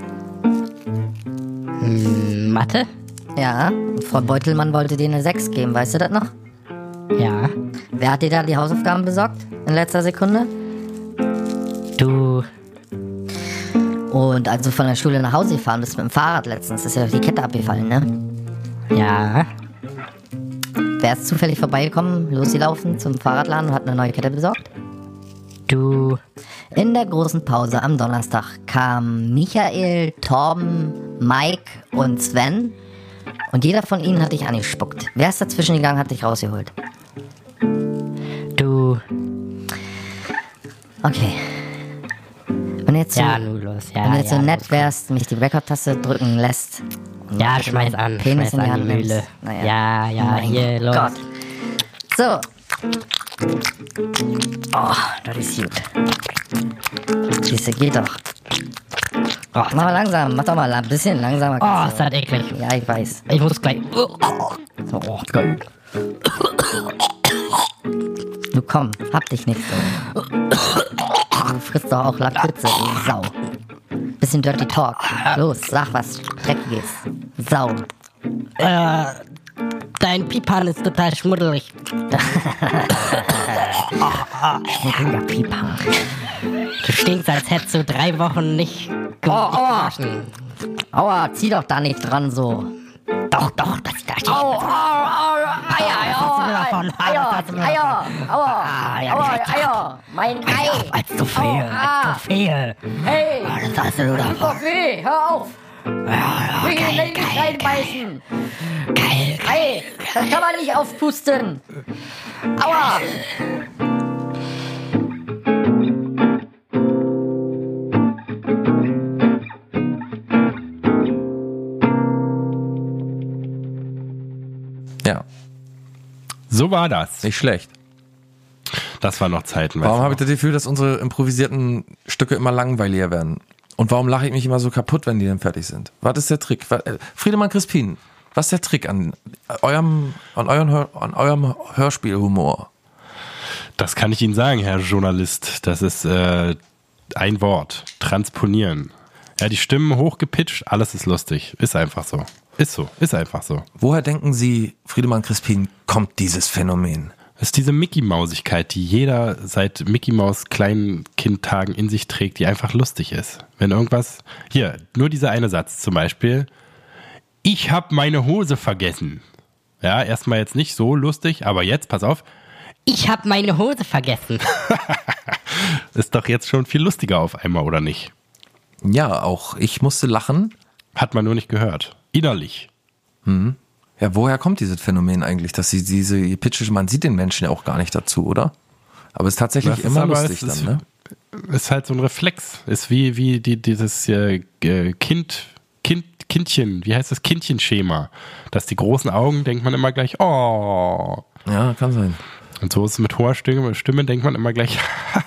Mathe? Ja. Frau Beutelmann wollte dir eine 6 geben, weißt du das noch? Ja. Wer hat dir da die Hausaufgaben besorgt? In letzter Sekunde? Du. Und als du von der Schule nach Hause gefahren bist mit dem Fahrrad letztens, ist ja doch die Kette abgefallen, ne? Ja. Wer ist zufällig vorbeigekommen, losgelaufen zum Fahrradladen und hat eine neue Kette besorgt? Du. In der großen Pause am Donnerstag kamen Michael, Torben, Mike und Sven und jeder von ihnen hat dich angespuckt. Wer ist dazwischen gegangen, hat dich rausgeholt? Du. Okay. Wenn du jetzt so, Ja, nun los. Ja, wenn du jetzt so ja, nett los. wärst, mich die Record-Taste drücken lässt. und Ja, bitte schmeiß meinen an. Penis Schmeiß in die an Hand die Mühle. nimmst. Naja. Ja, Mein hier, los. Gott. So. Oh, das ist gut. Siehste, geht doch. Oh, Mach mal langsam, mach doch mal ein bisschen langsamer. Oh, ist das eklig. Ja, ich weiß. Ich muss gleich. So, oh Gott. Du komm, hab dich nicht so. Du frisst doch auch Lakritze, du Sau. Bisschen Dirty Talk. Los, sag was Dreckiges. Sau. Dein Pipan ist total schmuddelig. Schmuddeliger Pieper. Du stinkst, als hättest du 3 Wochen nicht gewaschen. Aua, zieh doch da nicht dran so. Doch, das ist das. Eier, mein Ei. Als Trophäe. Hey, Das hast du davon. tut doch weh, hör auf. Ich will nicht reinbeißen. Geil. Ei, das kann man nicht aufpusten. Aua. Ja, So war das. nicht schlecht. Das war noch Zeiten. Warum weißt habe ich das Gefühl, dass unsere improvisierten Stücke immer langweiliger werden? Und warum lache ich mich immer so kaputt, wenn die dann fertig sind? Was ist der Trick? Friedemann Crispin, was ist der Trick an eurem Hörspielhumor? Das kann ich Ihnen sagen, Herr Journalist. Das ist ein Wort. Transponieren. Ja, die Stimmen hochgepitcht, alles ist lustig. Ist einfach so. Ist einfach so. Woher denken Sie, Friedemann Crispin, kommt dieses Phänomen? Es ist diese Mickey-Mausigkeit, die jeder seit Mickey Maus kleinen Kindtagen in sich trägt, die einfach lustig ist. Wenn irgendwas, hier, nur dieser eine Satz zum Beispiel, Ich habe meine Hose vergessen. Ja, erstmal jetzt nicht so lustig, aber jetzt, pass auf. Ich habe meine Hose vergessen. Ist doch jetzt schon viel lustiger auf einmal, oder nicht? Ja, auch ich musste lachen. Hat man nur nicht gehört. Innerlich. Ja, woher kommt dieses Phänomen eigentlich, dass diese Pitches, man sieht den Menschen ja auch gar nicht dazu, oder? Aber es ist tatsächlich Das ist immer aber- lustig es dann, ne? Ist halt so ein Reflex. Ist wie dieses Kindchen, wie heißt das? Kindchenschema. Dass die großen Augen, denkt man immer gleich, oh. Ja, kann sein. Und so ist es mit hoher Stimme denkt man immer gleich,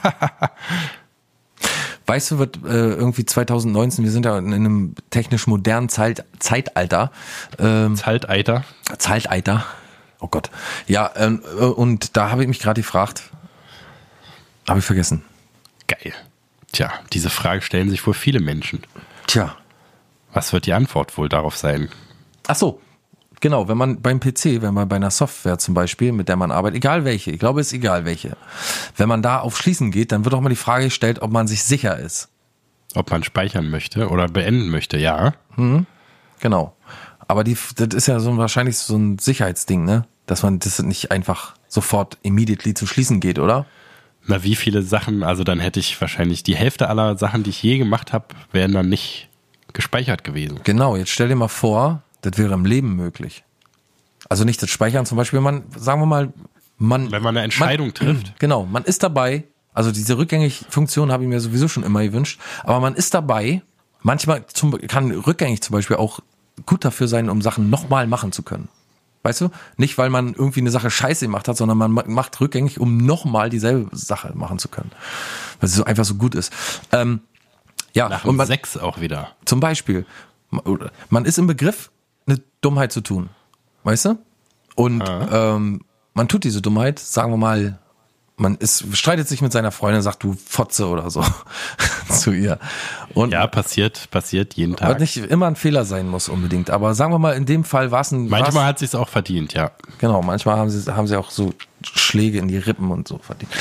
Weißt du, wird irgendwie 2019, wir sind ja in einem technisch modernen Zeitalter. Zeitalter. Zeitalter. Oh Gott. Ja, und da habe ich mich gerade gefragt, habe ich vergessen. Geil. Tja, diese Frage stellen sich wohl viele Menschen. Tja. Was wird die Antwort wohl darauf sein? Ach so. Genau, wenn man beim PC, wenn man bei einer Software zum Beispiel, mit der man arbeitet, egal welche, ich glaube, es ist egal welche, wenn man da auf Schließen geht, dann wird auch mal die Frage gestellt, ob man sich sicher ist. Ob man speichern möchte oder beenden möchte, ja. Genau. Aber das ist ja wahrscheinlich so ein Sicherheitsding, ne? Dass man das nicht einfach sofort immediately zu schließen geht, oder? Na, wie viele Sachen, also dann hätte ich wahrscheinlich die Hälfte aller Sachen, die ich je gemacht habe, wären dann nicht gespeichert gewesen. Genau, jetzt stell dir mal vor, das wäre im Leben möglich. Also nicht das Speichern zum Beispiel, sagen wir mal, Wenn man eine Entscheidung trifft. Genau, man ist dabei, also diese Rückgängig-Funktion habe ich mir sowieso schon immer gewünscht, aber man ist dabei, manchmal kann rückgängig zum Beispiel auch gut dafür sein, um Sachen nochmal machen zu können. Weißt du? Nicht, weil man irgendwie eine Sache scheiße gemacht hat, sondern man macht rückgängig, um nochmal dieselbe Sache machen zu können. Weil es so einfach so gut ist. Ja, Nach und dem 6 auch wieder. zum Beispiel, man ist im Begriff, eine Dummheit zu tun. Weißt du? Und man tut diese Dummheit, sagen wir mal, streitet sich mit seiner Freundin, sagt du Fotze oder so zu ihr. Und Ja, passiert jeden was Tag. nicht immer ein Fehler sein muss unbedingt, aber sagen wir mal, in dem Fall war es Manchmal hat sich's auch verdient, ja. Genau, manchmal haben sie auch so Schläge in die Rippen und so verdient.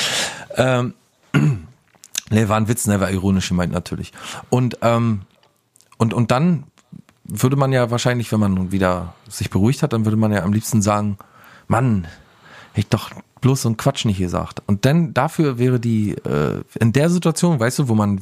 Nee, war ein Witz, ne, war ironisch gemeint natürlich. Und dann würde man ja wahrscheinlich, wenn man wieder sich beruhigt hat, dann würde man ja am liebsten sagen, Mann, hätte ich doch bloß so einen Quatsch nicht gesagt. Und dann dafür wäre die, in der Situation, weißt du, wo man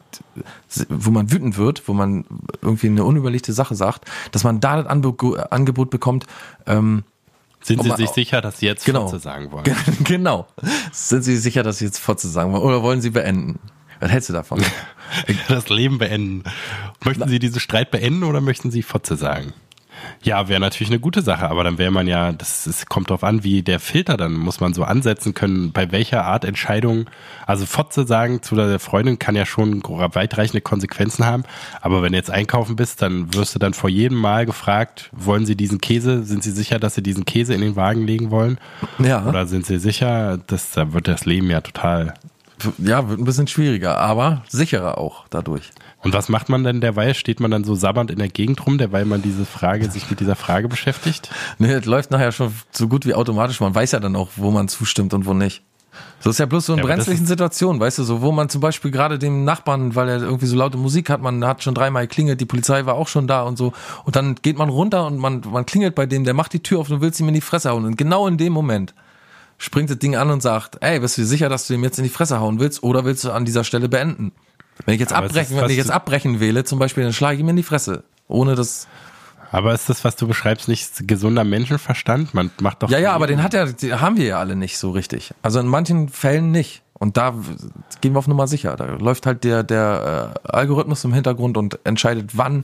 wütend wird, wo man irgendwie eine unüberlegte Sache sagt, dass man da das Angebot bekommt, Sind Ob Sie man sich auch- sicher, dass Sie jetzt Genau. Fotze sagen wollen? Genau. Sind Sie sicher, dass Sie jetzt Fotze sagen wollen? Oder wollen Sie beenden? Was hältst du davon? Das Leben beenden. Möchten Sie diesen Streit beenden oder möchten Sie Fotze sagen? Ja, wäre natürlich eine gute Sache, aber dann wäre man ja, kommt drauf an, wie der Filter, dann muss man so ansetzen können, bei welcher Art Entscheidung, also Fotze sagen zu der Freundin kann ja schon weitreichende Konsequenzen haben, aber wenn du jetzt einkaufen bist, dann wirst du dann vor jedem Mal gefragt, wollen Sie diesen Käse, sind Sie sicher, dass Sie diesen Käse in den Wagen legen wollen? Ja. Oder sind Sie sicher, da wird das Leben ja total... Ja, wird ein bisschen schwieriger, aber sicherer auch dadurch. Und was macht man denn derweil? Steht man dann so sabbernd in der Gegend rum, derweil man sich mit dieser Frage beschäftigt? Nee, das läuft nachher schon so gut wie automatisch. Man weiß ja dann auch, wo man zustimmt und wo nicht. So ist ja bloß so in Ja, aber das brenzlichen ist- Situationen, weißt du, so wo man zum Beispiel gerade dem Nachbarn, weil er irgendwie so laute Musik hat, man hat schon 3-mal geklingelt, die Polizei war auch schon da und so. Und dann geht man runter und man klingelt bei dem, der macht die Tür auf und will ihm in die Fresse hauen. Und genau in dem Moment springt das Ding an und sagt, ey, bist du dir sicher, dass du ihm jetzt in die Fresse hauen willst oder willst du an dieser Stelle beenden? Wenn ich jetzt Aber es ist wenn ich jetzt abbrechen wähle, zum Beispiel, dann schlage ich ihm in die Fresse. Ohne das. Aber ist das, was du beschreibst, nicht gesunder Menschenverstand? Man macht doch... Ja, aber den haben wir ja alle nicht so richtig. Also in manchen Fällen nicht. Und da gehen wir auf Nummer sicher. Da läuft halt der Algorithmus im Hintergrund und entscheidet, wann.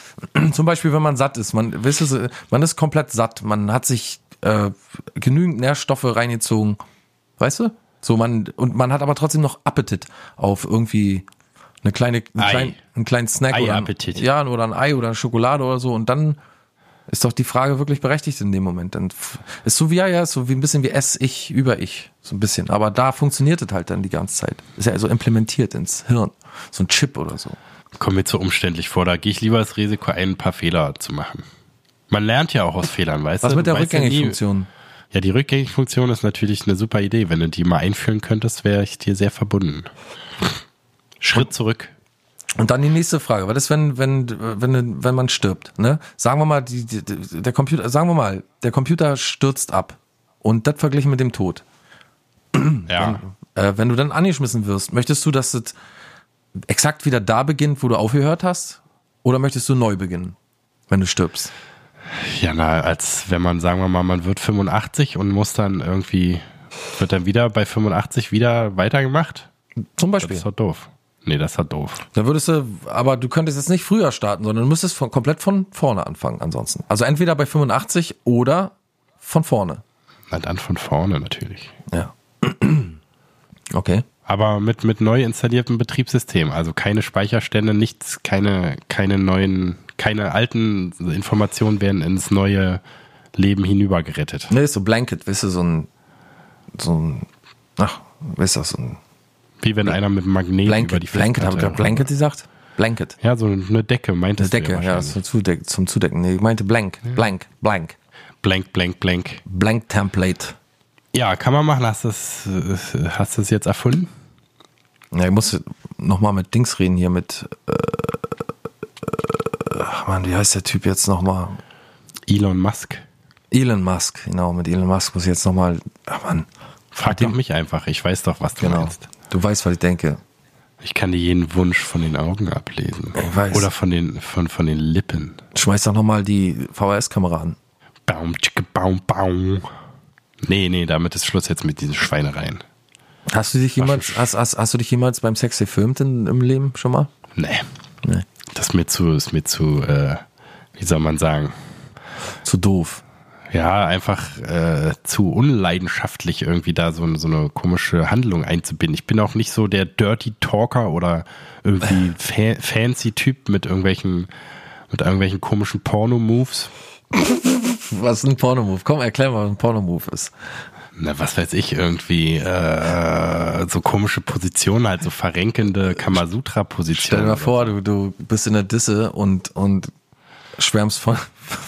Zum Beispiel, wenn man satt ist. Man ist komplett satt. Man hat sich genügend Nährstoffe reingezogen. Weißt du? Und man hat aber trotzdem noch Appetit auf irgendwie einen kleinen Snack Ei-Appetit. oder ein Ei oder eine Schokolade oder so. Und dann ist doch die Frage wirklich berechtigt in dem Moment. Dann ist so wie ein bisschen wie Ess-Ich über Ich. So ein bisschen. Aber da funktioniert es halt dann die ganze Zeit. Ist ja also implementiert ins Hirn. So ein Chip oder so. Kommt mir zu umständlich vor. Da gehe ich lieber das Risiko ein paar Fehler zu machen. Man lernt ja auch aus Fehlern, weißt du? Was mit der Du weißt ja nie- Rückgängigfunktion? Ja, die Rückgängigfunktion ist natürlich eine super Idee. Wenn du die mal einführen könntest, wäre ich dir sehr verbunden. Schritt zurück. Und dann die nächste Frage, was ist, wenn man stirbt, ne? Sagen wir mal, der Computer stürzt ab. Und das verglichen mit dem Tod. Ja. Wenn du dann angeschmissen wirst, möchtest du, dass es exakt wieder da beginnt, wo du aufgehört hast? Oder möchtest du neu beginnen, wenn du stirbst? Ja, als wenn man, sagen wir mal, man wird 85 und muss dann irgendwie, wird dann wieder bei 85 wieder weitergemacht? Zum Beispiel. Das ist doch doof. Nee, das ist doch doof. Dann aber du könntest jetzt nicht früher starten, sondern du müsstest komplett von vorne anfangen ansonsten. Also entweder bei 85 oder von vorne. Na dann von vorne natürlich. Ja. Okay. Aber mit neu installiertem Betriebssystem, also keine Speicherstände, nichts, keine alten Informationen werden ins neue Leben hinübergerettet. Nee, ist so Blanket, weißt du, so ein, weißt du, so ein Wie wenn einer mit einem Magnet über die Blanket, habe ich gerade Blanket gesagt? Blanket. Ja, so eine Decke, meintest du? Eine Decke, ja, zum Zudecken. Nee, ich meinte Blank. Blank Template. Ja, kann man machen. Hast du es jetzt erfunden? Ja, ich muss nochmal mit Dings reden hier mit Mann, wie heißt der Typ jetzt nochmal? Elon Musk. Elon Musk, genau, mit Elon Musk muss ich jetzt nochmal, Mann. Frag doch mich einfach, ich weiß doch, was du meinst. Du weißt, was ich denke. Ich kann dir jeden Wunsch von den Augen ablesen. Ich weiß. Oder von den Lippen. Schmeiß doch nochmal die VHS-Kamera an. Baum, tschicke, baum, baum. Nee, damit ist Schluss jetzt mit diesen Schweinereien. Hast du dich jemals beim Sex gefilmt im Leben schon mal? Nee. Das ist mir zu, wie soll man sagen? Zu doof. Ja, einfach zu unleidenschaftlich irgendwie da so eine komische Handlung einzubinden. Ich bin auch nicht so der Dirty Talker oder irgendwie fancy Typ mit irgendwelchen komischen Porno-Moves. Was ist ein Pornomove? Komm, erklär mal, was ein Pornomove ist. Na, was weiß ich, irgendwie so komische Positionen, halt so verrenkende Kamasutra-Positionen. Stell dir mal vor, du bist in der Disse und schwärmst von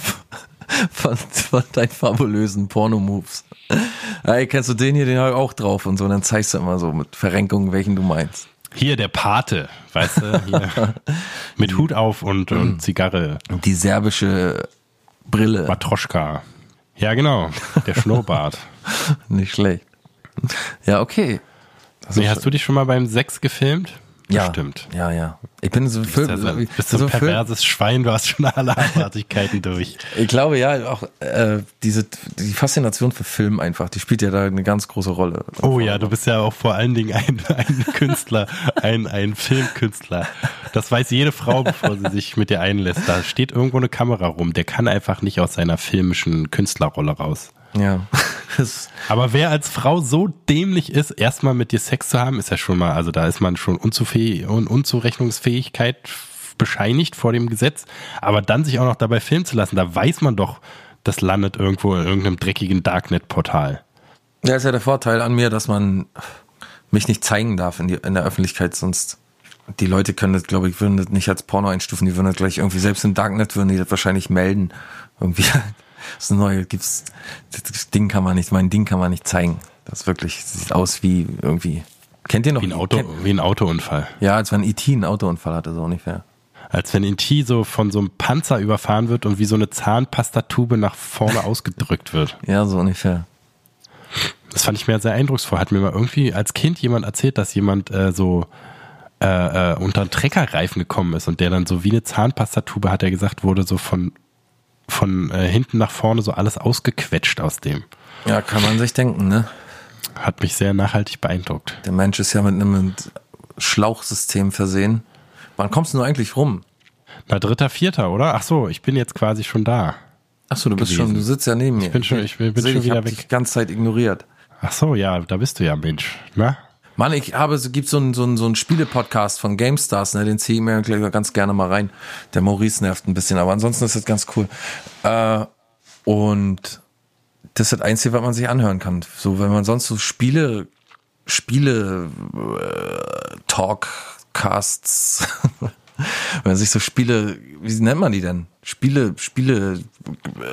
deinen fabulösen Pornomoves. Hey, kennst du den hier, den habe ich auch drauf und so. Und dann zeigst du immer so mit Verrenkungen, welchen du meinst. Hier der Pate, weißt du, hier. Mit Hut auf und Zigarre. Die serbische Brille. Matroschka. Ja, genau. Der Schnurrbart. Nicht schlecht. Ja, okay. Hast du dich schon mal beim Sex gefilmt? Ja. Bestimmt. Ja. Ich bin so bist so ein perverses Schwein, du hast schon alle Abartigkeiten durch. Ich glaube ja, auch die Faszination für Film einfach, die spielt ja da eine ganz große Rolle. Oh ja, du bist ja auch vor allen Dingen ein Künstler, ein Filmkünstler. Das weiß jede Frau, bevor sie sich mit dir einlässt. Da steht irgendwo eine Kamera rum, der kann einfach nicht aus seiner filmischen Künstlerrolle raus. Ja. Aber wer als Frau so dämlich ist, erstmal mit dir Sex zu haben, ist ja schon mal, also da ist man schon Unzurechnungsfähigkeit bescheinigt vor dem Gesetz, aber dann sich auch noch dabei filmen zu lassen, da weiß man doch, das landet irgendwo in irgendeinem dreckigen Darknet-Portal. Ja, ist ja der Vorteil an mir, dass man mich nicht zeigen darf in der Öffentlichkeit, sonst die Leute können das, glaube ich, würden das nicht als Porno einstufen, die würden das gleich irgendwie, selbst im Darknet würden die das wahrscheinlich melden. Irgendwie, das neue das Ding kann man nicht zeigen. Das wirklich sieht aus wie irgendwie, kennt ihr noch? Wie ein Autounfall. Ja, als wenn E.T. einen Autounfall hatte, so ungefähr. Als wenn E.T. so von so einem Panzer überfahren wird und wie so eine Zahnpastatube nach vorne ausgedrückt wird. Ja, so ungefähr. Das fand ich mir sehr eindrucksvoll. Hat mir mal irgendwie als Kind jemand erzählt, dass jemand unter einen Treckerreifen gekommen ist und der dann so wie eine Zahnpastatube, hat er gesagt, wurde so von hinten nach vorne so alles ausgequetscht aus dem. Ja, kann man sich denken, ne? Hat mich sehr nachhaltig beeindruckt. Der Mensch ist ja mit einem Schlauchsystem versehen. Wann kommst du nur eigentlich rum? Na, 3.4., oder? Ach so, ich bin jetzt quasi schon da. Ach so, du sitzt ja neben mir. Ich bin schon wieder weg. Ich habe dich die ganze Zeit ignoriert. Ach so, ja, da bist du ja, Mensch. Na? Mann, es gibt so einen Spiele-Podcast von GameStars, ne, den ziehe ich mir ganz gerne mal rein. Der Maurice nervt ein bisschen, aber ansonsten ist das ganz cool. Und das ist das Einzige, was man sich anhören kann. So, wenn man sonst so Spiele Talkcasts, wenn man sich so wie nennt man die denn?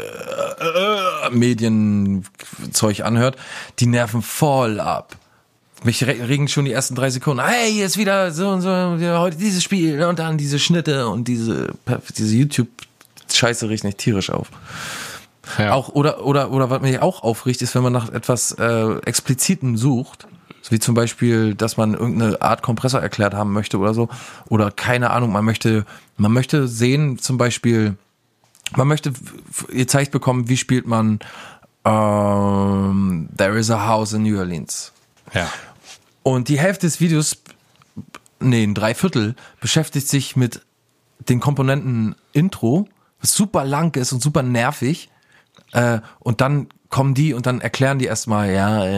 Medienzeug anhört, die nerven voll ab. mich regen schon die ersten 3 Sekunden. Hey, hier ist wieder so und so, heute dieses Spiel und dann diese Schnitte und diese YouTube-Scheiße riecht nicht tierisch auf. Ja. Auch, oder was mich auch aufregt, ist, wenn man nach etwas Explizitem sucht, wie zum Beispiel, dass man irgendeine Art Kompressor erklärt haben möchte oder so, oder keine Ahnung, man möchte sehen, zum Beispiel, man möchte gezeigt bekommen, wie spielt man There is a House in New Orleans. Ja. Und die Hälfte des Videos, ein Dreiviertel, beschäftigt sich mit den Komponenten Intro, was super lang ist und super nervig. Und dann kommen die und dann erklären die erstmal,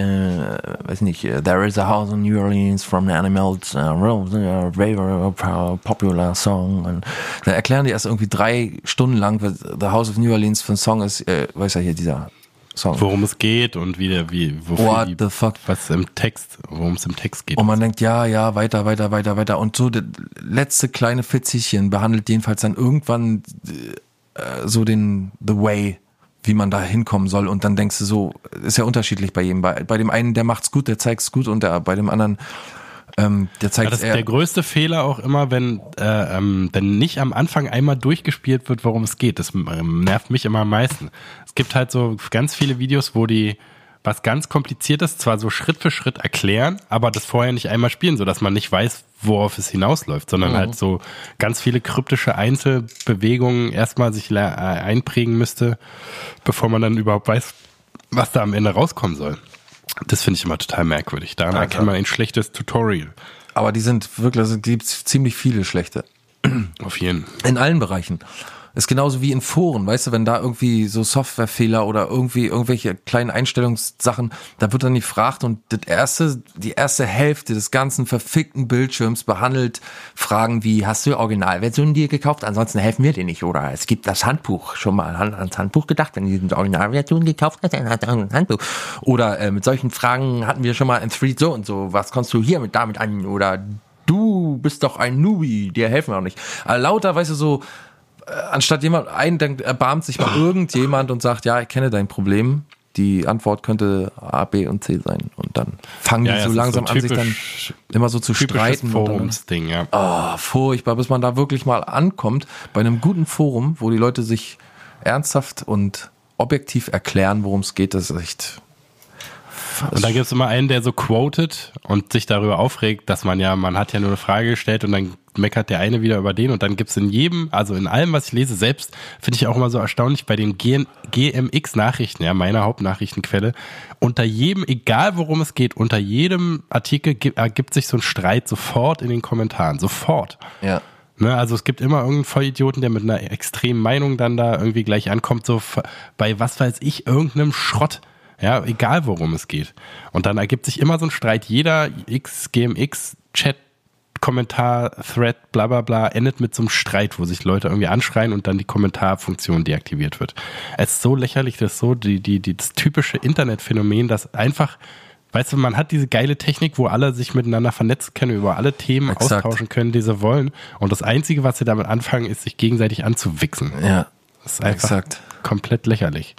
weiß nicht, There is a House in New Orleans from the Animals, very popular song. Und dann erklären die erst irgendwie 3 Stunden lang, was The House of New Orleans für ein Song ist, weiß ja hier dieser Song. Worum es geht und What the fuck? Worum es im Text geht. Und man denkt, ja, weiter. Und so das letzte kleine Fitzelchen behandelt jedenfalls dann irgendwann so the way, wie man da hinkommen soll. Und dann denkst du so, ist ja unterschiedlich bei jedem. Bei dem einen, der macht's gut, der zeigt's gut, und bei dem anderen, der zeigt das ist der größte Fehler auch immer, wenn nicht am Anfang einmal durchgespielt wird, worum es geht. Das nervt mich immer am meisten. Es gibt halt so ganz viele Videos, wo die was ganz Kompliziertes zwar so Schritt für Schritt erklären, aber das vorher nicht einmal spielen, sodass man nicht weiß, worauf es hinausläuft, sondern halt so ganz viele kryptische Einzelbewegungen erstmal sich einprägen müsste, bevor man dann überhaupt weiß, was da am Ende rauskommen soll. Das finde ich immer total merkwürdig. Daran erkennt man ein schlechtes Tutorial. Aber die sind wirklich, also gibt's ziemlich viele schlechte. Auf jeden. In allen Bereichen. Ist genauso wie in Foren, weißt du, wenn da irgendwie so Softwarefehler oder irgendwie irgendwelche kleinen Einstellungssachen, da wird dann gefragt und die erste Hälfte des ganzen verfickten Bildschirms behandelt Fragen wie, hast du die Originalversion dir gekauft? Ansonsten helfen wir dir nicht. Oder es gibt das Handbuch. Schon mal ans Handbuch gedacht, wenn du die Originalversion gekauft hast, dann hat er ein Handbuch. Oder mit solchen Fragen hatten wir schon mal in Thread so und so, was kommst du hier damit an? Oder du bist doch ein Newbie, dir helfen wir auch nicht. Aber lauter, weißt du, so, anstatt jemand denkt, erbarmt sich mal irgendjemand und sagt, ja, ich kenne dein Problem. Die Antwort könnte A, B und C sein. Und dann fangen die so langsam an, sich dann immer so zu streiten. Forumsding, ja. Oh, furchtbar, bis man da wirklich mal ankommt, bei einem guten Forum, wo die Leute sich ernsthaft und objektiv erklären, worum es geht. Das ist echt... Und da gibt es immer einen, der so quotet und sich darüber aufregt, dass man hat ja nur eine Frage gestellt und dann meckert der eine wieder über den, und dann gibt es in allem, was ich lese, selbst finde ich auch immer so erstaunlich, bei den GMX-Nachrichten, ja, meiner Hauptnachrichtenquelle, unter jedem, egal worum es geht, unter jedem Artikel ergibt sich so ein Streit sofort in den Kommentaren, sofort. Ja. Ne, also es gibt immer irgendeinen Vollidioten, der mit einer extremen Meinung dann da irgendwie gleich ankommt, so bei was weiß ich, irgendeinem Schrott. Ja, egal worum es geht. Und dann ergibt sich immer so ein Streit. Jeder GMX-Chat, Kommentar, Thread, bla bla bla, endet mit so einem Streit, wo sich Leute irgendwie anschreien und dann die Kommentarfunktion deaktiviert wird. Es ist so lächerlich, das ist so das typische Internetphänomen, dass einfach, weißt du, man hat diese geile Technik, wo alle sich miteinander vernetzen können, über alle Themen austauschen können, die sie wollen. Und das Einzige, was sie damit anfangen, ist, sich gegenseitig anzuwichsen. Ja, das ist einfach komplett lächerlich.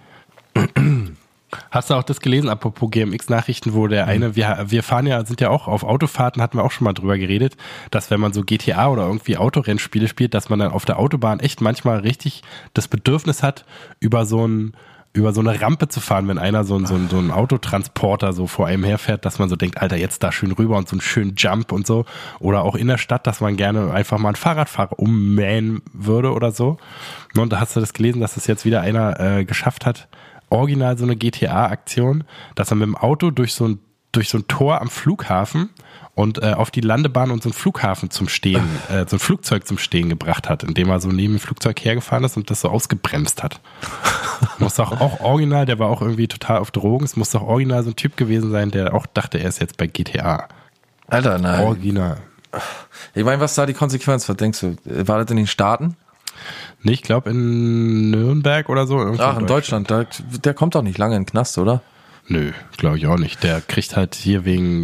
Hast du auch das gelesen, apropos GMX-Nachrichten, wo der eine, wir sind ja auch auf Autofahrten, hatten wir auch schon mal drüber geredet, dass wenn man so GTA oder irgendwie Autorennspiele spielt, dass man dann auf der Autobahn echt manchmal richtig das Bedürfnis hat, über so eine Rampe zu fahren, wenn einer so ein Autotransporter so vor einem herfährt, dass man so denkt, Alter, jetzt da schön rüber und so einen schönen Jump und so. Oder auch in der Stadt, dass man gerne einfach mal einen Fahrradfahrer ummähen würde oder so. Und da hast du das gelesen, dass das jetzt wieder einer geschafft hat, original so eine GTA-Aktion, dass er mit dem Auto durch so ein Tor am Flughafen und auf die Landebahn und so ein Flughafen zum Stehen, so ein Flugzeug zum Stehen gebracht hat, indem er so neben dem Flugzeug hergefahren ist und das so ausgebremst hat. Muss doch auch original, der war auch irgendwie total auf Drogen, es muss doch original so ein Typ gewesen sein, der auch dachte, er ist jetzt bei GTA. Alter, nein. Original. Ich meine, was da die Konsequenz? Was denkst du? War das in den Staaten? Nee, ich glaube in Nürnberg oder so. Ach, in Deutschland. Der kommt doch nicht lange in den Knast, oder? Nö, glaube ich auch nicht. Der kriegt halt hier wegen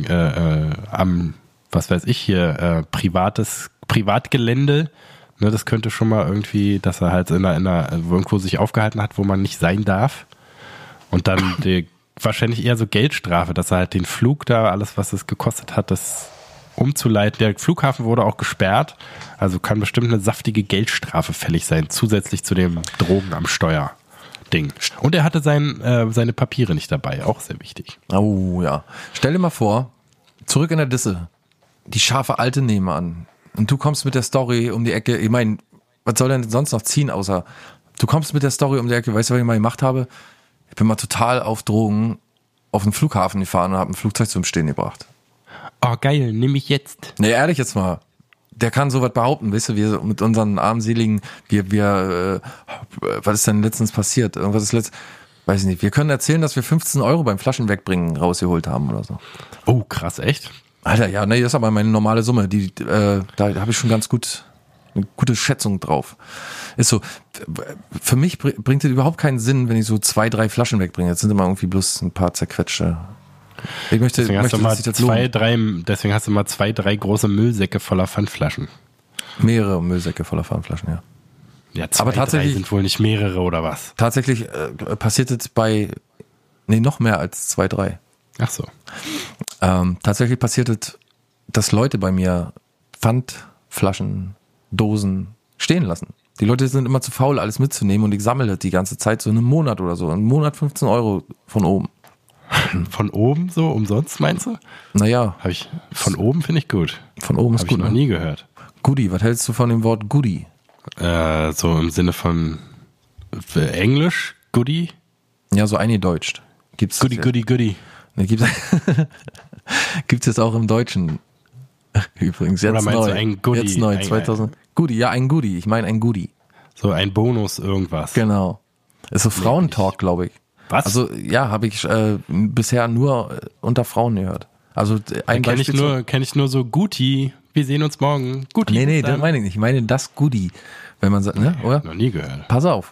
was weiß ich hier, Privatgelände. Ne, das könnte schon mal irgendwie, dass er halt in einer irgendwo sich aufgehalten hat, wo man nicht sein darf. Und dann wahrscheinlich eher so Geldstrafe, dass er halt den Flug da, alles was es gekostet hat, das umzuleiten. Der Flughafen wurde auch gesperrt, also kann bestimmt eine saftige Geldstrafe fällig sein, zusätzlich zu dem Drogen am Steuer Ding. Und er hatte seine Papiere nicht dabei, auch sehr wichtig. Oh ja. Stell dir mal vor, zurück in der Disse, die scharfe Alte nehmen an und du kommst mit der Story um die Ecke, ich meine, was soll denn sonst noch ziehen, außer du kommst mit der Story um die Ecke, weißt du, was ich mal gemacht habe? Ich bin mal total auf Drogen auf den Flughafen gefahren und habe ein Flugzeug zum Stehen gebracht. Oh geil, nimm ich jetzt. Nee, ehrlich jetzt mal. Der kann sowas behaupten, weißt du, wir mit unseren armseligen, was ist denn letztens passiert? Irgendwas ist weiß ich nicht. Wir können erzählen, dass wir 15 € beim Flaschenwegbringen rausgeholt haben oder so. Oh, krass, echt? Alter, ja, nee, das ist aber meine normale Summe. Da habe ich schon ganz eine gute Schätzung drauf. Ist so, für mich bringt es überhaupt keinen Sinn, wenn ich so 2, 3 Flaschen wegbringe. Jetzt sind immer irgendwie bloß ein paar zerquetschte. Deswegen hast du mal 2, 3 große Müllsäcke voller Pfandflaschen. Mehrere Müllsäcke voller Pfandflaschen, ja. Ja, 2, 3 sind wohl nicht mehrere oder was? Tatsächlich passiert es noch mehr als 2, 3. Ach so. Tatsächlich passiert es, dass Leute bei mir Pfandflaschen, Dosen stehen lassen. Die Leute sind immer zu faul, alles mitzunehmen und ich sammle das die ganze Zeit so einen Monat oder so. Einen Monat 15 € von oben. Von oben so, umsonst meinst du? Naja. Von oben finde ich gut. Von oben ist gut. Habe ich noch nie gehört. Goodie, was hältst du von dem Wort Goodie? So im Sinne von Englisch, Goodie? Ja, so eingedeutscht. Gibt's Goodie. Ne, gibt's jetzt auch im Deutschen. Übrigens, jetzt oder meinst neu. Du ein Goodie? Jetzt neu, 2000. Goodie, ja, ein Goodie. Ich meine ein Goodie. So ein Bonus irgendwas. Genau. Ist so Frauentalk, glaube ich. Was? Also, ja, habe ich bisher nur unter Frauen gehört. Also, ein Beispiel. Kenn ich nur so Guti. Wir sehen uns morgen. Guti. Nee, das meine ich nicht. Ich meine das Goodie. Wenn man sagt, ne, oder? Noch nie gehört. Pass auf.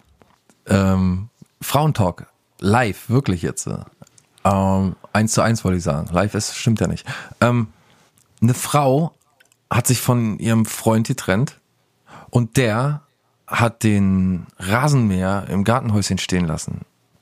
Frauentalk. Live, wirklich jetzt. 1:1 wollte ich sagen. Live stimmt ja nicht. Eine Frau hat sich von ihrem Freund getrennt und der hat den Rasenmäher im Gartenhäuschen stehen lassen.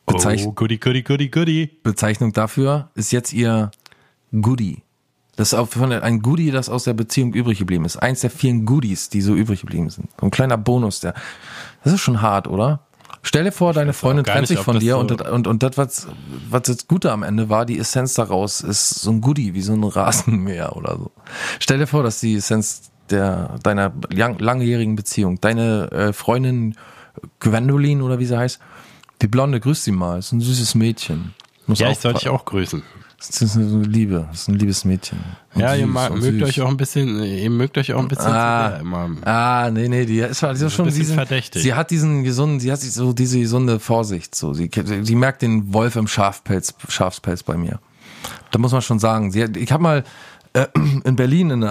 Goodie. Bezeichnung dafür ist jetzt ihr Goodie. Das ist ein Goodie, das aus der Beziehung übrig geblieben ist. Eins der vielen Goodies, die so übrig geblieben sind. So ein kleiner Bonus. Das ist schon hart, oder? Stell dir vor, deine Freundin trennt sich von dir und das, was das Gute am Ende war, die Essenz daraus ist so ein Goodie, wie so ein Rasenmäher oder so. Stell dir vor, dass die Essenz deiner langjährigen Beziehung, deine Freundin Gwendolyn oder wie sie heißt, die Blonde, grüß sie mal, ist ein süßes Mädchen. Ich soll dich auch grüßen. Das ist eine Liebe, das ist ein liebes Mädchen. Und ja, ihr mögt euch auch ein bisschen sehr immer. Nee, die ist schon verdächtig. Sie hat diese gesunde Vorsicht, so. Sie merkt den Wolf im Schafspelz bei mir. Da muss man schon sagen, ich habe mal in Berlin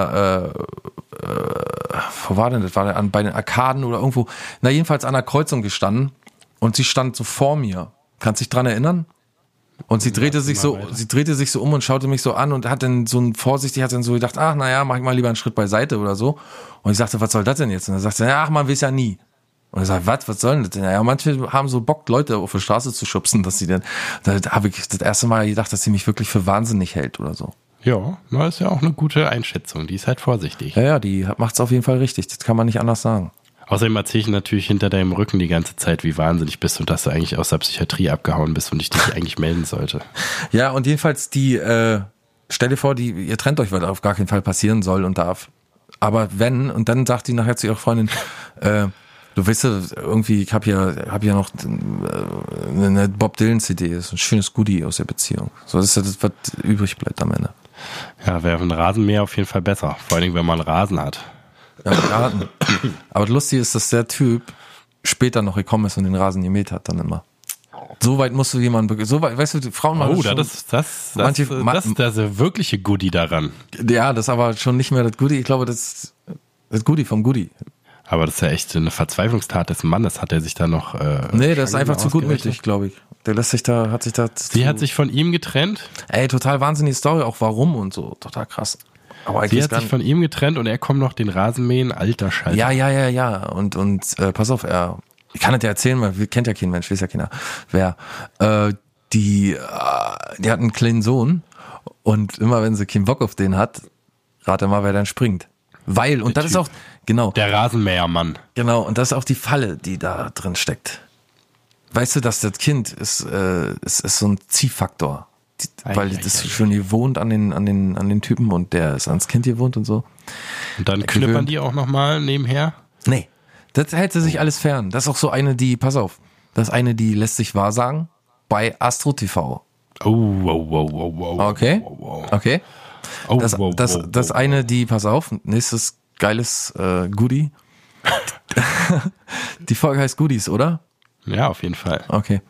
wo war denn das? War der bei den Arkaden oder irgendwo, jedenfalls an der Kreuzung gestanden und sie stand so vor mir. Kannst dich dran erinnern? Und sie drehte sich so um und schaute mich so an und hat dann hat dann so gedacht, mach ich mal lieber einen Schritt beiseite oder so. Und ich sagte, was soll das denn jetzt? Und dann sagte sie, man weiß ja nie. Und ich sage, was soll denn das denn? Ja, manche haben so Bock, Leute auf die Straße zu schubsen, dass sie dann, da habe ich das erste Mal gedacht, dass sie mich wirklich für wahnsinnig hält oder so. Ja, das ist ja auch eine gute Einschätzung. Die ist halt vorsichtig. Ja, die macht's auf jeden Fall richtig. Das kann man nicht anders sagen. Außerdem erzähle ich natürlich hinter deinem Rücken die ganze Zeit, wie wahnsinnig bist und dass du eigentlich aus der Psychiatrie abgehauen bist und ich dich eigentlich melden sollte. Ja, und jedenfalls stell dir vor, ihr trennt euch, weil das auf gar keinen Fall passieren soll und darf. Aber wenn, und dann sagt die nachher zu ihrer Freundin, du weißt ja, irgendwie, ich hab ja noch eine Bob Dylan CD, das ist ein schönes Goodie aus der Beziehung. So, das ist ja das, was übrig bleibt am Ende. Ja, wäre ein Rasenmäher auf jeden Fall besser. Vor allen Dingen, wenn man einen Rasen hat. Ja, Rasen. Aber das Lustige ist, dass der Typ später noch gekommen ist und den Rasen gemäht hat dann immer. So weit musst du jemanden, so weit, weißt du, Frauen machen das ist das wirkliche Goodie daran. Ja, das ist aber schon nicht mehr das Goodie. Ich glaube, das Goodie vom Goodie. Aber das ist ja echt eine Verzweiflungstat des Mannes. Hat er sich da noch nee, das ist einfach zu gutmütig, glaube ich. Der hat sich da Sie hat sich von ihm getrennt? Ey, total wahnsinnige Story, auch warum und so. Total krass. Aber sie hat sich von ihm getrennt und er kommt noch den Rasenmähen, alter Scheiße. Ja. Und pass auf, ich kann das ja erzählen, weil kennt ja kein Mensch, weiß ja keiner. Wer. die hat einen kleinen Sohn und immer wenn sie keinen Bock auf den hat, rate mal, wer dann springt. Weil, und das ist auch, genau. Der Rasenmähermann. Genau, und das ist auch die Falle, die da drin steckt. Weißt du, dass das Kind ist so ein Ziehfaktor. Weil das schon gewohnt an den Typen und der ist ans Kind gewohnt und so. Und dann knüppern die auch nochmal nebenher? Nee, das hält sie sich alles fern. Das ist auch so eine, die, pass auf, das ist eine, die lässt sich wahrsagen bei Astro TV. Oh. Okay, okay. Oh, Das eine, die, pass auf, nächstes geiles Goodie. Die Folge heißt Goodies, oder? Ja, auf jeden Fall. Okay.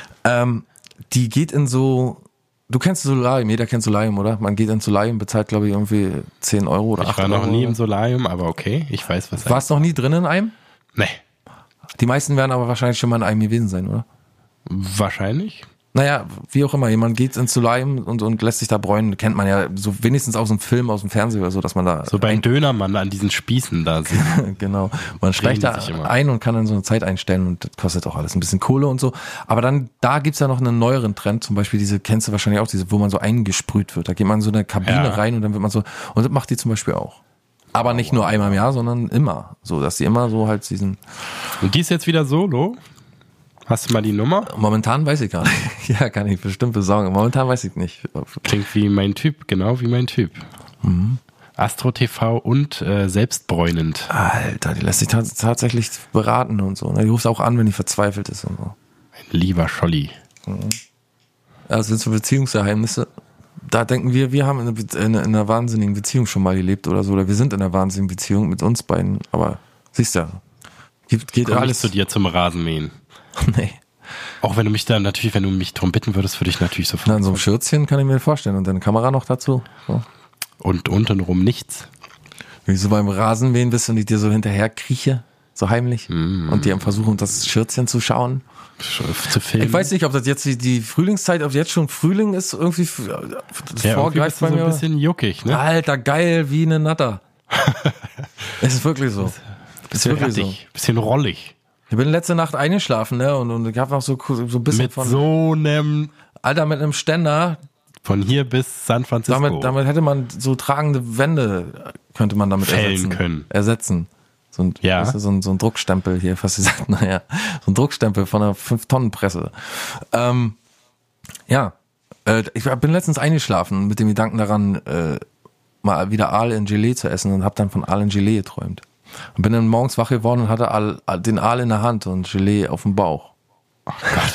Die geht in so, du kennst Solarium, jeder kennt Solarium, oder? Man geht in Solarium, bezahlt, glaube ich, irgendwie 10 Euro oder 8 Euro. Ich war noch nie im Solarium, aber okay, ich weiß, was. Warst du noch nie drin in einem? Nee. Die meisten werden aber wahrscheinlich schon mal in einem gewesen sein, oder? Wahrscheinlich. Naja, wie auch immer, jemand geht ins Solarium und lässt sich da bräunen, kennt man ja so wenigstens aus dem Film, aus dem Fernsehen oder so, dass man da... So beim Dönermann an diesen Spießen da sieht. Genau, man steigt da ein und kann dann so eine Zeit einstellen und das kostet auch alles ein bisschen Kohle und so. Aber dann, da gibt's ja noch einen neueren Trend, zum Beispiel diese, kennst du wahrscheinlich auch, diese, wo man so eingesprüht wird. Da geht man in so eine Kabine rein und dann wird man so, und das macht die zum Beispiel auch. Aber nicht nur einmal im Jahr, sondern immer. So, dass die immer so halt diesen... Und die ist jetzt wieder solo? Hast du mal die Nummer? Momentan weiß ich gar nicht. Ja, kann ich bestimmt besorgen. Momentan weiß ich nicht. Klingt wie mein Typ, genau wie mein Typ. Mhm. Astro TV und selbstbräunend. Alter, die lässt sich tatsächlich beraten und so. Die ruft auch an, wenn die verzweifelt ist und so. Ein lieber Scholli. Mhm. Das sind so Beziehungsgeheimnisse. Da denken wir haben in einer wahnsinnigen Beziehung schon mal gelebt oder so. Oder wir sind in einer wahnsinnigen Beziehung mit uns beiden. Aber siehst ja, geht Komm alles nicht zu dir zum Rasenmähen. Nee. Auch wenn du mich dann natürlich, wenn du mich darum bitten würdest, würde ich natürlich sofort. Na, in so einem Schürzchen kann ich mir vorstellen. Und dann Kamera noch dazu. So. Und untenrum nichts. Wie so beim Rasenmähen bist und ich dir so hinterher krieche, so heimlich. Und die am Versuchen, das Schürzchen zu schauen. Zu filmen. Ich weiß nicht, ob das jetzt die Frühlingszeit, ob jetzt schon Frühling ist, irgendwie das ja, vorgreift bei bei mir. So mir. ein bisschen juckig, ne? Alter, geil, wie eine Natter. Es ist wirklich so. Bisschen rattig, bisschen rollig. Ich bin letzte Nacht eingeschlafen, ne, und ich habe noch so ein bisschen mit so einem Alter, mit einem Ständer. Von hier bis San Francisco. Damit hätte man so tragende Wände, könnte man damit ersetzen. So ein, ja. Weißt du, so ein Druckstempel hier, fast gesagt, naja, so ein Druckstempel von einer 5-Tonnen-Presse. Ich bin letztens eingeschlafen mit dem Gedanken daran, mal wieder Aal in Gelee zu essen und habe dann von Aal in Gelee geträumt. Und bin dann morgens wach geworden und hatte den Aal in der Hand und Gelee auf dem Bauch. Oh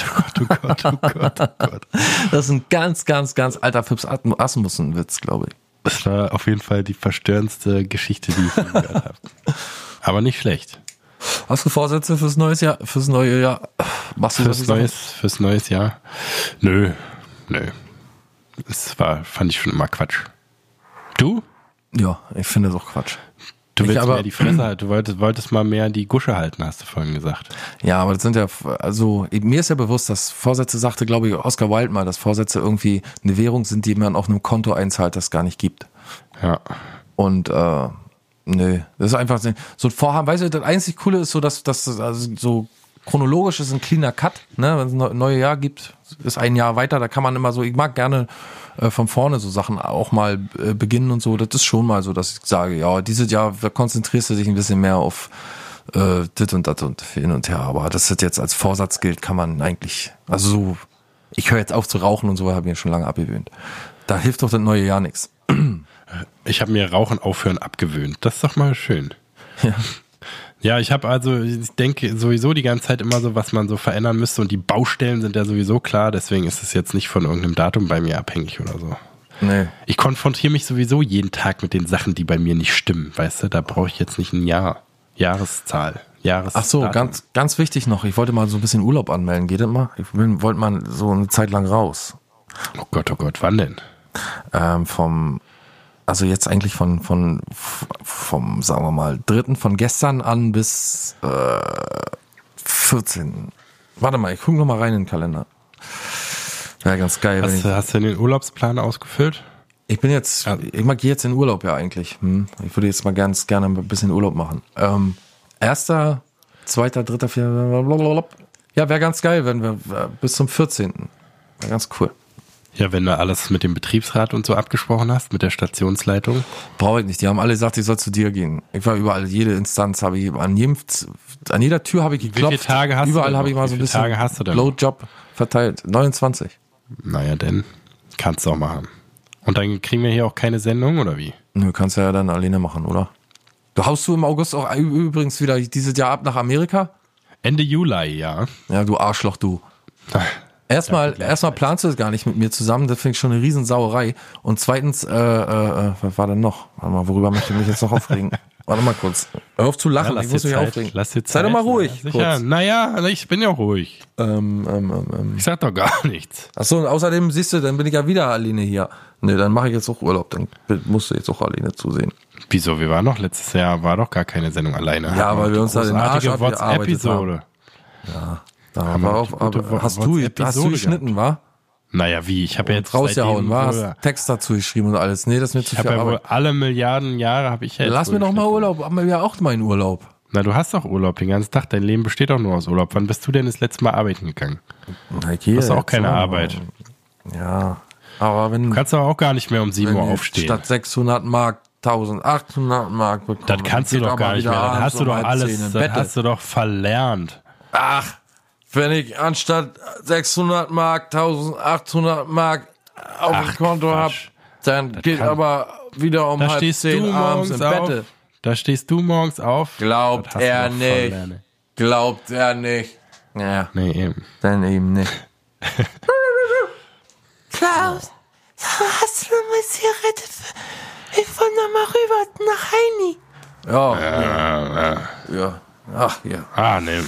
Gott. Das ist ein ganz, ganz, ganz alter Fips Asmussen-Witz, glaube ich. Das war auf jeden Fall die verstörendste Geschichte, die ich je gehört habe. Aber nicht schlecht. Hast du Vorsätze fürs neue Jahr? Machst du fürs neues Jahr? Nö. Das fand ich schon immer Quatsch. Du? Ja, ich finde das auch Quatsch. Du willst mehr die Fresse halten, du wolltest mal mehr die Gusche halten, hast du vorhin gesagt. Ja, aber das sind ja, also mir ist ja bewusst, dass Vorsätze, sagte glaube ich Oscar Wilde mal, dass Vorsätze irgendwie eine Währung sind, die man auf einem Konto einzahlt, das es gar nicht gibt. Ja. Und nö, das ist einfach so ein Vorhaben, weißt du, das einzig Coole ist so, dass das also so chronologisch ist ein cleaner Cut, ne, wenn es ein neues Jahr gibt, ist ein Jahr weiter, da kann man immer so, ich mag gerne von vorne so Sachen auch mal beginnen und so, das ist schon mal so, dass ich sage, ja, dieses Jahr konzentrierst du dich ein bisschen mehr auf das und das und hin und her, aber dass das jetzt als Vorsatz gilt, kann man eigentlich, also so, ich höre jetzt auf zu rauchen und so, habe ich mir schon lange abgewöhnt. Da hilft doch das neue Jahr nichts. Ich habe mir Rauchen aufhören abgewöhnt, das ist doch mal schön. Ja. Ja, ich denke sowieso die ganze Zeit immer so, was man so verändern müsste und die Baustellen sind ja sowieso klar, deswegen ist es jetzt nicht von irgendeinem Datum bei mir abhängig oder so. Nee. Ich konfrontiere mich sowieso jeden Tag mit den Sachen, die bei mir nicht stimmen, weißt du, da brauche ich jetzt nicht ein Jahreszahl. Ach so, ganz wichtig noch, ich wollte mal so ein bisschen Urlaub anmelden, geht das mal? Ich wollte mal so eine Zeit lang raus. Oh Gott, wann denn? Also jetzt eigentlich vom, sagen wir mal, 3. von gestern an bis 14. Warte mal, ich gucke noch mal rein in den Kalender. Wäre ganz geil. Hast du den Urlaubsplan ausgefüllt? Ich gehe jetzt in Urlaub ja eigentlich. Ich würde jetzt mal gerne ein bisschen Urlaub machen. 1., 2., 3., 4. Ja, wäre ganz geil, wenn wir bis zum 14. War ganz cool. Ja, wenn du alles mit dem Betriebsrat und so abgesprochen hast, mit der Stationsleitung. Brauche ich nicht. Die haben alle gesagt, ich soll zu dir gehen. Ich war überall, jede Instanz habe ich, an jeder Tür habe ich geklopft. Wie viele Tage hast überall du habe ich mal so ein bisschen Blowjob verteilt. 29. Naja, denn kannst du auch machen. Und dann kriegen wir hier auch keine Sendung, oder wie? Nö, kannst du ja dann alleine machen, oder? Du haust du im August auch übrigens wieder dieses Jahr ab nach Amerika? Ende Juli, ja. Ja, du Arschloch, du. Erstmal planst du das gar nicht mit mir zusammen, das finde ich schon eine Riesensauerei. Und zweitens, was war denn noch? Warte mal, worüber möchte ich mich jetzt noch aufregen? Warte mal kurz. Hör auf zu lachen, ich muss mich aufregen. Sei doch mal ruhig. Ja, naja, ich bin ja ruhig. Ich sag doch gar nichts. Achso, und außerdem siehst du, dann bin ich ja wieder alleine hier. Ne, dann mache ich jetzt auch Urlaub, dann musst du jetzt auch alleine zusehen. Wieso? Wir waren doch letztes Jahr, war doch gar keine Sendung alleine. Ja, weil wir uns da den Arsch abgearbeitet haben. Ja. Da war auch, hast du geschnitten, wa? Naja, wie? Ich habe ja jetzt rausgehauen, wa? Hast Text dazu geschrieben und alles. Nee, das ist mir zu viel Arbeit. Ich habe ja wohl alle Milliarden Jahre habe ich jetzt. Lass mir doch mal Urlaub, haben wir ja auch mal einen Urlaub. Na, du hast doch Urlaub den ganzen Tag. Dein Leben besteht doch nur aus Urlaub. Wann bist du denn das letzte Mal arbeiten gegangen? Du hast auch keine Arbeit. Ja, aber wenn... Du kannst aber auch gar nicht mehr um 7 Uhr aufstehen. Statt 600 Mark 1800 Mark bekommen. Das kannst du doch gar nicht mehr. Das hast du doch alles, das hast du doch verlernt. Ach, wenn ich anstatt 600 Mark 1800 Mark auf dem Konto habe, dann geht aber wieder um 9:30 abends im Bett. Da stehst du morgens auf. Glaubt er nicht. Glaubt er nicht. Ja. Nee, eben. Dann eben nicht. Klaus, hast du noch eine Zigarette? Ich wollte noch mal rüber nach Heini. Ja. Ach, ja. Ah, nee.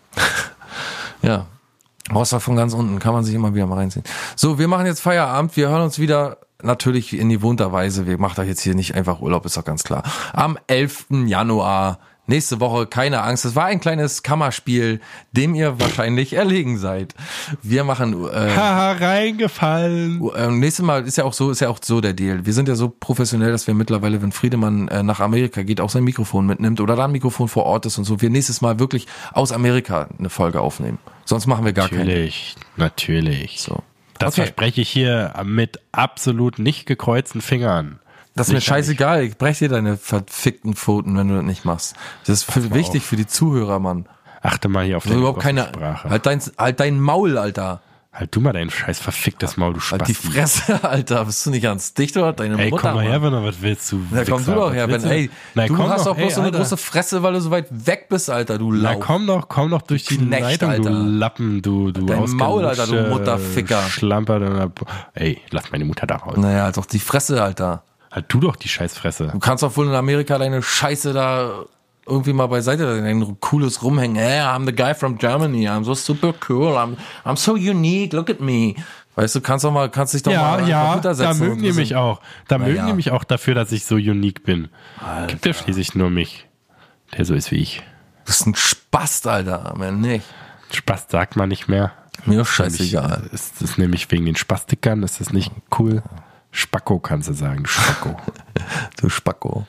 Ja. Außer von ganz unten kann man sich immer wieder mal reinziehen. So, wir machen jetzt Feierabend. Wir hören uns wieder natürlich in gewohnter Weise. Wir machen doch jetzt hier nicht einfach Urlaub, ist doch ganz klar. Am 11. Januar. Nächste Woche, keine Angst. Es war ein kleines Kammerspiel, dem ihr wahrscheinlich erlegen seid. Wir machen Haha, reingefallen. Nächstes Mal ist ja auch so der Deal. Wir sind ja so professionell, dass wir mittlerweile, wenn Friedemann nach Amerika geht, auch sein Mikrofon mitnimmt oder da ein Mikrofon vor Ort ist und so, wir nächstes Mal wirklich aus Amerika eine Folge aufnehmen. Sonst machen wir gar keine. Natürlich. So. Das verspreche ich hier mit absolut nicht gekreuzten Fingern. Das ist mir scheißegal, ich brech dir deine verfickten Pfoten, wenn du das nicht machst. Das ist wichtig für die Zuhörer, Mann. Achte mal hier auf deine Sprache. Halt dein Maul, Alter. Halt du mal dein scheiß verficktes Maul, du Spasti. Halt die Fresse, Alter. Bist du nicht ans Dicht oder deine Mutter? Ey, komm mal her, wenn du was willst, du Na, komm du doch her, du hast doch bloß so eine große Fresse, weil du so weit weg bist, Alter, du Lauch. Na, komm doch durch die Leitung, Alter. du Lappen, du dein Maul, Alter, du Mutterficker. Schlamper, ey, lass meine Mutter da raus. Naja, doch die Fresse, Alter. Halt du doch die Scheißfresse. Du kannst doch wohl in Amerika deine Scheiße da irgendwie mal beiseite, dein cooles Rumhängen. Hey, I'm the guy from Germany. I'm so super cool. I'm so unique. Look at me. Weißt du, kannst dich doch mal Computer setzen. Da mögen die mich auch. Mögen die mich auch dafür, dass ich so unique bin. Alter. Gibt ja schließlich nur mich, der so ist wie ich. Du bist ein Spast, Alter. Mehr nicht. Spast sagt man nicht mehr. Mir ist scheißegal. Ist das nämlich wegen den Spastikern? Ist das nicht cool? Spacko kannst du sagen, Spacko. Du Spacko.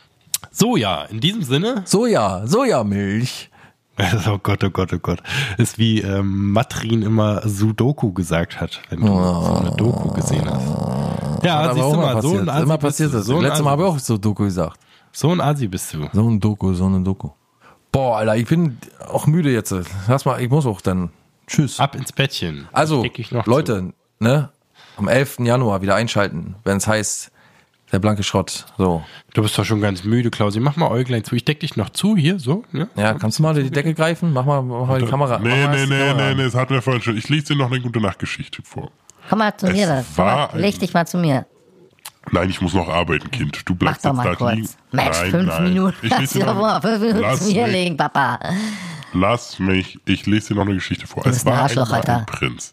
Soja, in diesem Sinne. Sojamilch. Oh Gott. Ist wie Matrin immer Sudoku gesagt hat, wenn du so eine Doku gesehen hast. Ja, siehst du mal, so ein Asi immer passiert das. Letztes Mal habe ich auch Sudoku gesagt. So ein Asi bist du. So eine Doku. Boah, Alter, ich bin auch müde jetzt. Lass mal, ich muss auch dann. Tschüss. Ab ins Bettchen. Also, Leute, ne? Am 11. Januar wieder einschalten, wenn es heißt, der blanke Schrott. So. Du bist doch schon ganz müde, Klausi. Mach mal Äuglein zu. Ich deck dich noch zu, hier, so. Ne? Ja, kannst du mal die Decke greifen? Mach mal die Kamera. Nee, das hatten wir vorhin schon. Ich lese dir noch eine gute Nachtgeschichte vor. Komm mal zu mir, leg dich mal zu mir. Nein, ich muss noch arbeiten, Kind. Du bleibst jetzt da liegen. Mensch, 5 Minuten. Lass dich doch mal 5 Minuten zu mir legen, Papa. Lass mich. Ich lese dir noch eine Geschichte vor. Es war einmal ein Prinz.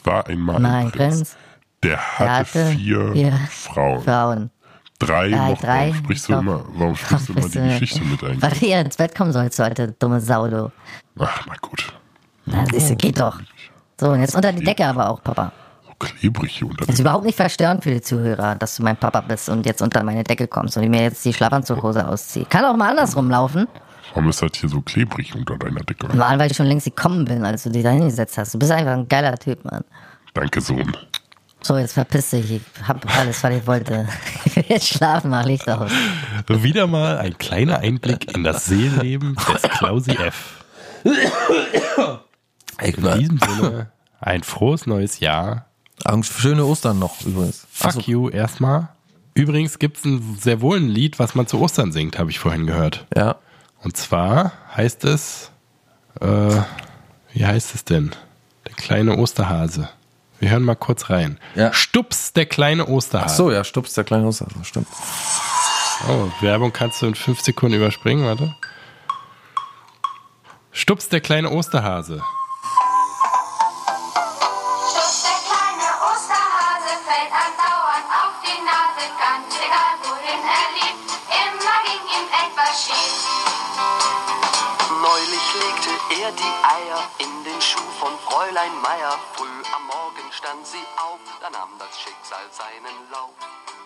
Ein Prinz. Der hatte 4 Frauen. 3 noch. Warum sprichst du immer die Geschichte mit eigentlich? Weil du hier ins Bett kommen sollst, heute dumme Sau, du. Ach, na gut. Na, das geht doch. So, und jetzt unter die Decke aber auch, Papa. So klebrig hier unter der Decke. Das ist überhaupt nicht verstörend für die Zuhörer, dass du mein Papa bist und jetzt unter meine Decke kommst und ich mir jetzt die Schlafanzughose ausziehe. Kann auch mal andersrum laufen. Warum ist das hier so klebrig unter deiner Decke? Weil ich schon längst gekommen bin, als du dich da hingesetzt hast. Du bist einfach ein geiler Typ, Mann. Danke, Sohn. So, jetzt verpiss dich. Ich hab alles, was ich wollte. Jetzt schlafen, mach Licht aus. Wieder mal ein kleiner Einblick in das Seelenleben des Klausi F. In diesem Sinne, ein frohes neues Jahr. Schöne Ostern noch übrigens. Fuck you erstmal. Übrigens gibt es sehr wohl ein Lied, was man zu Ostern singt, habe ich vorhin gehört. Ja. Und zwar heißt es, wie heißt es denn? Der kleine Osterhase. Wir hören mal kurz rein. Ja. Stups, der kleine Osterhase. Ach so, ja, Stups, der kleine Osterhase, stimmt. Oh, Werbung kannst du in 5 Sekunden überspringen, warte. Stups, der kleine Osterhase. Stups, der kleine Osterhase fällt andauernd auf die Nase, ganz egal wohin er lief, immer ging ihm etwas schief. Neulich legte er die Eier in den Schuh von Fräulein Meier. Früh am Morgen stand sie auf, da nahm das Schicksal seinen Lauf.